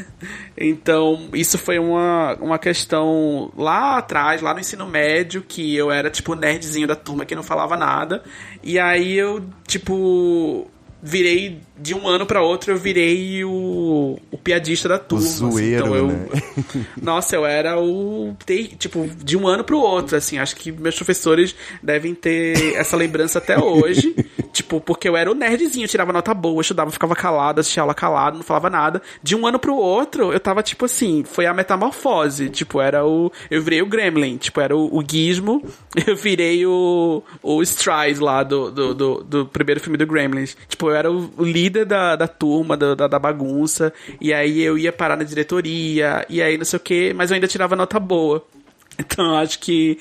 Então, isso foi uma questão lá atrás, lá no ensino médio, que eu era, tipo, o nerdzinho da turma que não falava nada. E aí eu, tipo, virei, de um ano pra outro, eu virei o piadista da turma. O zoeiro, assim. Então, né? Nossa, eu era tipo, de um ano pro outro, assim. Acho que meus professores devem ter essa lembrança até hoje. Tipo, porque eu era o nerdzinho, eu tirava nota boa, estudava, ficava calado, assistia aula calado, não falava nada. De um ano pro outro, eu tava, tipo assim, foi a metamorfose. Tipo, eu virei o Gremlin, tipo, era o Gizmo, eu virei o Strides lá do primeiro filme do Gremlins. Tipo, eu era o líder da turma, da bagunça, e aí eu ia parar na diretoria, e aí não sei o que, mas eu ainda tirava nota boa. Então, acho que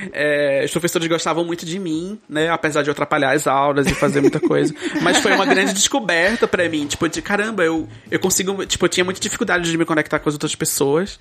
os professores gostavam muito de mim, né? Apesar de eu atrapalhar as aulas e fazer muita coisa. Mas foi uma grande descoberta pra mim. Tipo, de caramba, eu consigo... Tipo, eu tinha muita dificuldade de me conectar com as outras pessoas.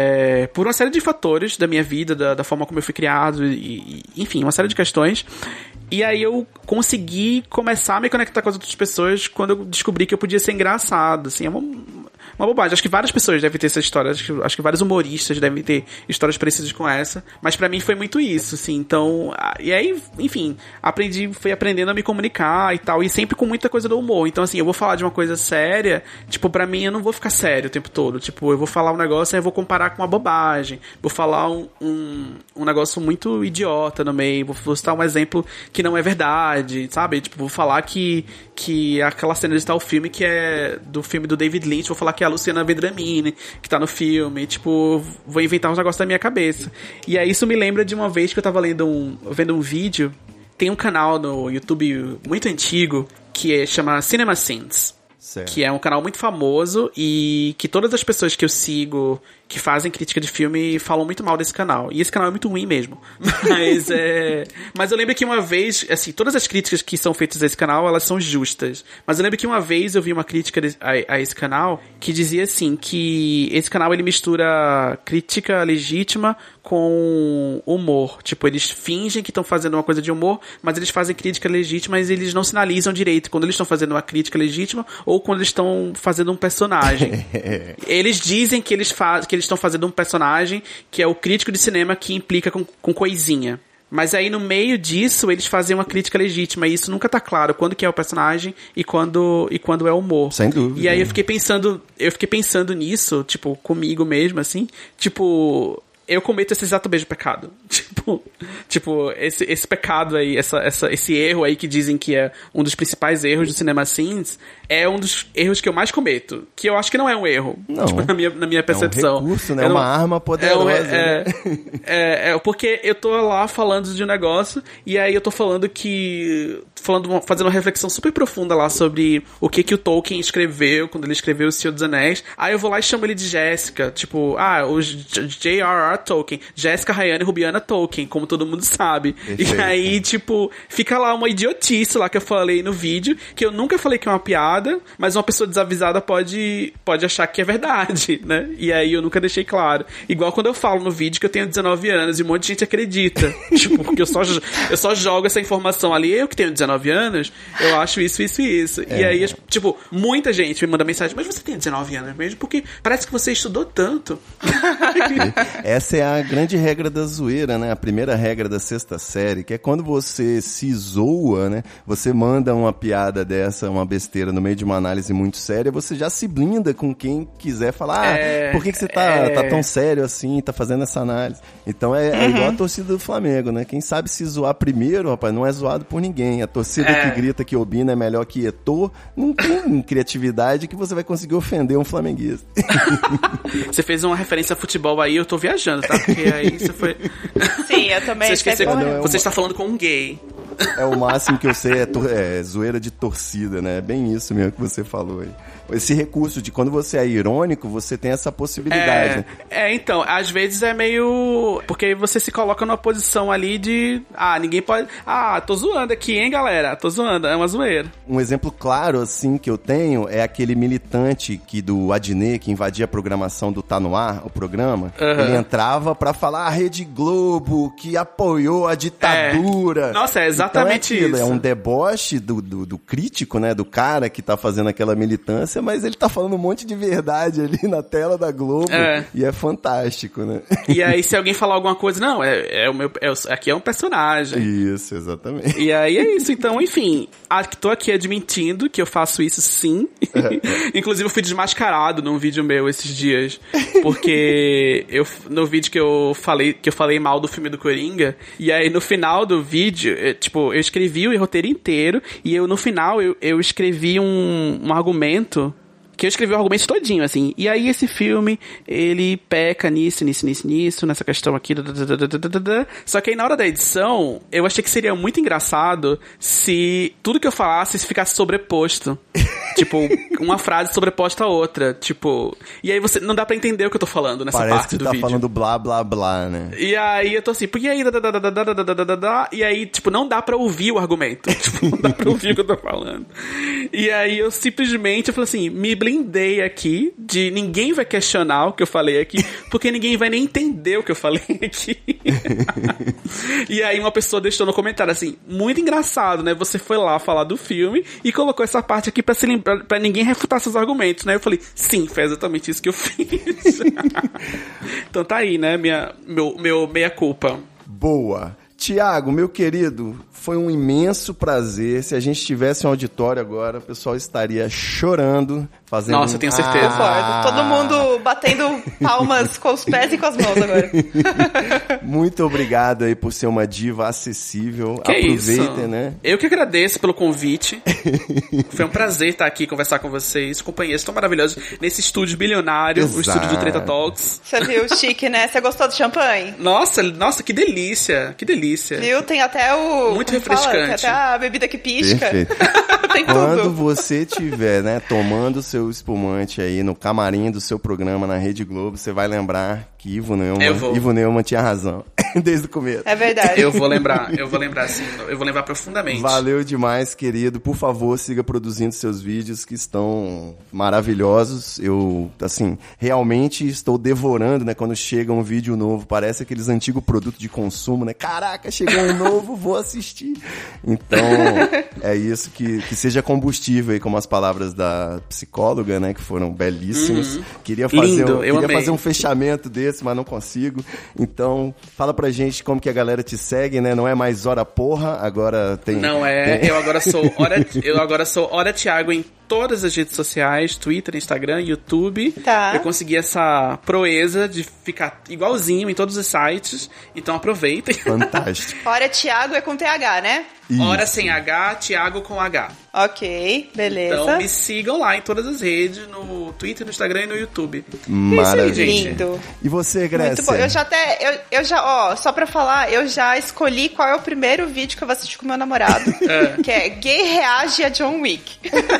Por uma série de fatores da minha vida, da forma como eu fui criado, enfim, uma série de questões. E aí eu consegui começar a me conectar com as outras pessoas quando eu descobri que eu podia ser engraçado, assim. É uma bobagem. Acho que várias pessoas devem ter essa história. Acho que vários humoristas devem ter histórias parecidas com essa. Mas pra mim foi muito isso, assim. Então... E aí, enfim, fui aprendendo a me comunicar e tal. E sempre com muita coisa do humor. Então, assim, eu vou falar de uma coisa séria. Tipo, pra mim, eu não vou ficar sério o tempo todo. Tipo, eu vou falar um negócio e eu vou comparar com uma bobagem. Vou falar um negócio muito idiota no meio. Vou citar um exemplo que não é verdade, sabe? Tipo, vou falar que aquela cena de tal filme que é do filme do David Lynch, vou falar que é a Luciana Vendramini que tá no filme, tipo, vou inventar uns negócios da minha cabeça. E aí isso me lembra de uma vez que eu tava vendo um vídeo, tem um canal no YouTube muito antigo que chama Cinema Sins. Certo. Que é um canal muito famoso e que todas as pessoas que eu sigo que fazem crítica de filme falam muito mal desse canal. E esse canal é muito ruim mesmo. Mas eu lembro que uma vez, assim, todas as críticas que são feitas a esse canal, elas são justas. Mas eu lembro que uma vez eu vi uma crítica a esse canal que dizia assim, que esse canal ele mistura crítica legítima com humor. Tipo, eles fingem que estão fazendo uma coisa de humor, mas eles fazem crítica legítima e eles não sinalizam direito quando eles estão fazendo uma crítica legítima ou quando eles estão fazendo um personagem. Eles dizem que eles estão fazendo um personagem que é o crítico de cinema que implica com coisinha. Mas aí no meio disso eles fazem uma crítica legítima e isso nunca tá claro quando que é o personagem e quando é humor. Sem dúvida. E aí eu fiquei pensando nisso, tipo, comigo mesmo, assim, tipo... Eu cometo esse exato mesmo pecado. Tipo, esse pecado aí, esse erro aí que dizem que é um dos principais erros do Cinema Sins, é um dos erros que eu mais cometo. Que eu acho que não é um erro. Não. Tipo, na minha percepção. É um recurso, né? É uma arma poderosa. Porque eu tô lá falando de um negócio, e aí eu tô fazendo uma reflexão super profunda lá sobre o que o Tolkien escreveu quando ele escreveu O Senhor dos Anéis. Aí eu vou lá e chamo ele de Jéssica. Tipo, o J.R.R. J.R.R. Tolkien. Jéssica Rayane Rubiana Tolkien, como todo mundo sabe. Perfeito. E aí, tipo, fica lá uma idiotice lá que eu falei no vídeo, que eu nunca falei que é uma piada, mas uma pessoa desavisada pode achar que é verdade, né? E aí eu nunca deixei claro. Igual quando eu falo no vídeo que eu tenho 19 anos e um monte de gente acredita. Tipo, porque eu só jogo essa informação ali. Eu que tenho 19 anos, eu acho isso. E aí, tipo, muita gente me manda mensagem, mas você tem 19 anos mesmo? Porque parece que você estudou tanto. Essa é a grande regra da zoeira, né? A primeira regra da sexta série, que é quando você se zoa, né? Você manda uma piada dessa, uma besteira no meio de uma análise muito séria, você já se blinda com quem quiser falar, por que você tá tão sério assim, tá fazendo essa análise? Então é igual a torcida do Flamengo, né? Quem sabe se zoar primeiro, rapaz, não é zoado por ninguém. A torcida que grita que Obina é melhor que Eto'o, não tem criatividade que você vai conseguir ofender um flamenguista. Você fez uma referência a futebol aí, eu tô viajando, tá? Porque aí você foi... Sim, eu também. Você esqueceu que você está falando com um gay. É o máximo que eu sei, é zoeira de torcida, né? É bem isso mesmo que você falou aí. Esse recurso de quando você é irônico, você tem essa possibilidade. né? Então, às vezes é meio... Porque você se coloca numa posição ali de... ninguém pode... tô zoando aqui, hein, galera? Tô zoando, é uma zoeira. Um exemplo claro, assim, que eu tenho é aquele militante do Adnet, que invadia a programação do Tá No Ar, o programa. Ele entrava pra falar a Rede Globo, que apoiou a ditadura. Nossa, é exatamente então isso. É um deboche do crítico, né? Do cara que tá fazendo aquela militância, mas ele tá falando um monte de verdade ali na tela da Globo. E é fantástico, né? E aí, se alguém falar alguma coisa, não, aqui é um personagem. Isso, exatamente. E aí é isso, então, enfim. Tô aqui admitindo que eu faço isso sim. Inclusive, eu fui desmascarado num vídeo meu esses dias. Porque no vídeo que eu falei mal do filme do Coringa, e aí no final do vídeo, eu escrevi o roteiro inteiro, e no final eu escrevi um argumento, que eu escrevi o argumento todinho, assim. E aí esse filme, ele peca nisso, nessa questão aqui. Só que aí na hora da edição, eu achei que seria muito engraçado se tudo que eu falasse ficasse sobreposto. Tipo, uma frase sobreposta a outra. Tipo... E aí você não dá pra entender o que eu tô falando nessa parte do vídeo. Parece que tá falando blá, blá, blá, né? E aí eu tô assim, porque aí... E aí, tipo, não dá pra ouvir o argumento. Tipo, não dá pra ouvir o que eu tô falando. E aí eu simplesmente falei assim, me blindei aqui de ninguém vai questionar o que eu falei aqui, porque ninguém vai nem entender o que eu falei aqui. E aí uma pessoa deixou no comentário assim, muito engraçado, né? Você foi lá falar do filme e colocou essa parte aqui pra ninguém refutar seus argumentos, né? Eu falei, sim, foi exatamente isso que eu fiz. Então tá aí, né? Meu meia-culpa. Boa. Tiago, meu querido, foi um imenso prazer. Se a gente tivesse um auditório agora, o pessoal estaria chorando, fazendo... Nossa, eu tenho certeza. Concordo. Todo mundo batendo palmas com os pés e com as mãos agora. Muito obrigado aí por ser uma diva acessível. Que aproveitem, isso? Né? Eu que agradeço pelo convite. Foi um prazer estar aqui, conversar com vocês. Companheiros tão maravilhosos nesse estúdio bilionário, o estúdio do Treta Talks. Você viu, chique, né? Você gostou do champanhe? Nossa, que delícia. Que delícia. Viu? Tem até muito refrescante. Tem até a bebida que pisca. Tem Quando tudo. você estiver, né, tomando o seu espumante aí no camarim do seu programa na Rede Globo, você vai lembrar que Ivo Neumann tinha razão. Desde o começo. É verdade. Eu vou lembrar sim. Eu vou lembrar profundamente. Valeu demais, querido. Por favor, siga produzindo seus vídeos que estão maravilhosos. Eu, assim, realmente estou devorando, né? Quando chega um vídeo novo, parece aqueles antigos produtos de consumo, né? Caraca, chegou um novo, vou assistir. Então, é isso que seja combustível aí, como as palavras da psicóloga, né? Que foram belíssimas. Queria fazer um fechamento desse, mas não consigo. Então, fala pra gente como que a galera te segue, né? Não é mais Hora Porra, agora tem... Não é, eu agora sou Hora Thiago em todas as redes sociais, Twitter, Instagram, YouTube. Tá. Eu consegui essa proeza de ficar igualzinho em todos os sites, então aproveitem. Fantástico. Hora Thiago é com TH, né? Isso. Hora sem H, Thiago com H. Ok, beleza. Então me sigam lá em todas as redes, no Twitter, no Instagram e no YouTube. Maravilha. É isso aí, gente. Lindo. E você, Grécia? Muito bom. Eu já, ó, só pra falar, eu já escolhi qual é o primeiro vídeo que eu vou assistir com meu namorado. Que é Gay Reage a John Wick.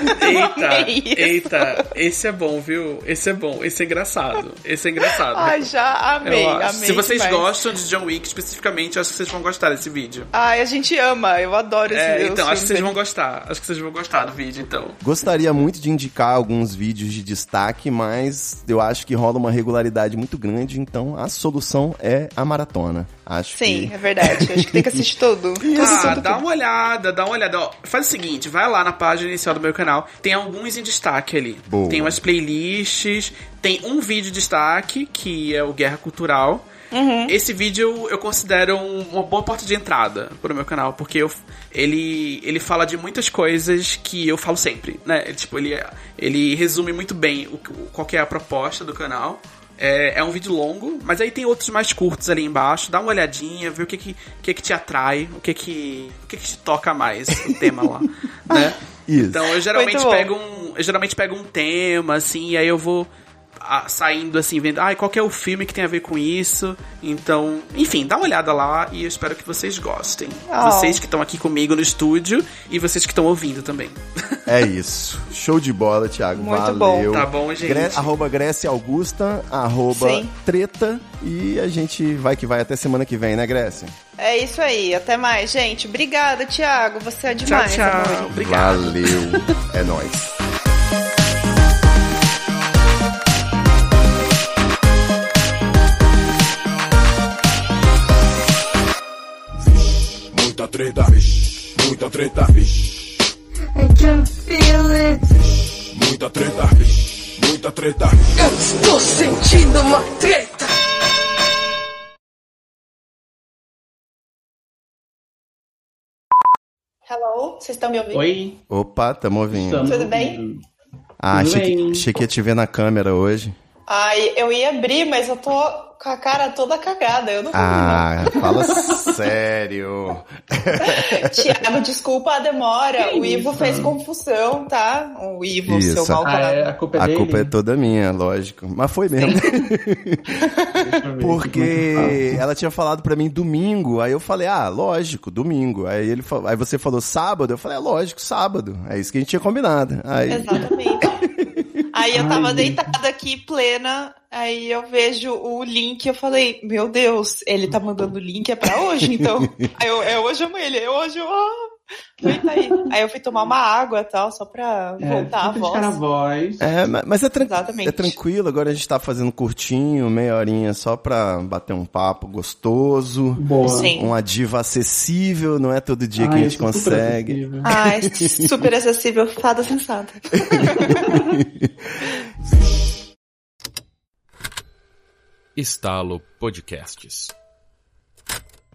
Eita, esse é bom, viu? Esse é bom, esse é engraçado. Ai, já amei. Se vocês demais. gostam de John Wick especificamente, acho que vocês vão gostar desse vídeo. Ai, a gente ama, eu adoro esse vídeo. Então, acho que vocês vão gostar. Acho que vocês vão gostar do vídeo, então. Gostaria muito de indicar alguns vídeos de destaque, mas eu acho que rola uma regularidade muito grande, então a solução é a maratona. Sim, é verdade. Acho que tem que assistir tudo. Dá uma olhada. Ó, faz o seguinte, vai lá na página inicial do meu canal, tem alguns em destaque ali. Boa. Tem umas playlists, tem um vídeo de destaque, que é o Guerra Cultural. Esse vídeo eu considero uma boa porta de entrada pro meu canal, porque ele fala de muitas coisas que eu falo sempre, né? Ele resume muito bem qual que é a proposta do canal. É um vídeo longo, mas aí tem outros mais curtos ali embaixo. Dá uma olhadinha, vê o que te atrai, o que te toca mais, o tema lá, né? Isso. Então eu geralmente pego um tema, assim, e aí eu vou saindo assim, vendo, qual que é o filme que tem a ver com isso. Então, enfim, dá uma olhada lá e eu espero que vocês gostem. Vocês que estão aqui comigo no estúdio e vocês que estão ouvindo também. É isso. Show de bola, Thiago. Muito Valeu. bom. Tá bom, gente. Grécia Augusta, Sim. @treta. E a gente vai que vai até semana que vem, né, Grécia? É isso aí, até mais, gente. Obrigada, Thiago. Você é demais, Tchau. amor. Obrigado. Valeu. É nóis. Muita treta, vixe. Muita treta, vixe. I can feel it. Muita treta, vixe. Muita treta. Eu estou sentindo uma treta. Hello, vocês estão me ouvindo? Oi. Opa, tamo ouvindo. Tudo bem? Achei que ia te ver na câmera hoje. Ai, eu ia abrir, mas eu tô com a cara toda cagada. Eu não vou Fala sério. Thiago, desculpa a demora. O Ivo fez confusão, tá? O Ivo, Isso. seu mal falado. A culpa é dele? A culpa é toda minha, lógico. Mas foi mesmo. Porque ela tinha falado pra mim domingo, aí eu falei, lógico, domingo. Aí você falou sábado, eu falei, lógico, sábado. É isso que a gente tinha combinado. Aí... Exatamente. Aí eu tava deitada aqui, plena, aí eu vejo o link, eu falei, meu Deus, ele tá mandando o link, é pra hoje, então. Aí hoje amo ele, deita aí. Aí eu fui tomar uma água e tal, só pra voltar a voz. Mas é Exatamente. tranquilo, agora a gente tá fazendo curtinho, meia horinha só pra bater um papo gostoso. Boa. Sim. Uma diva acessível, não é todo dia que a gente consegue. Super acessível, fada sensata. Estalo Podcasts.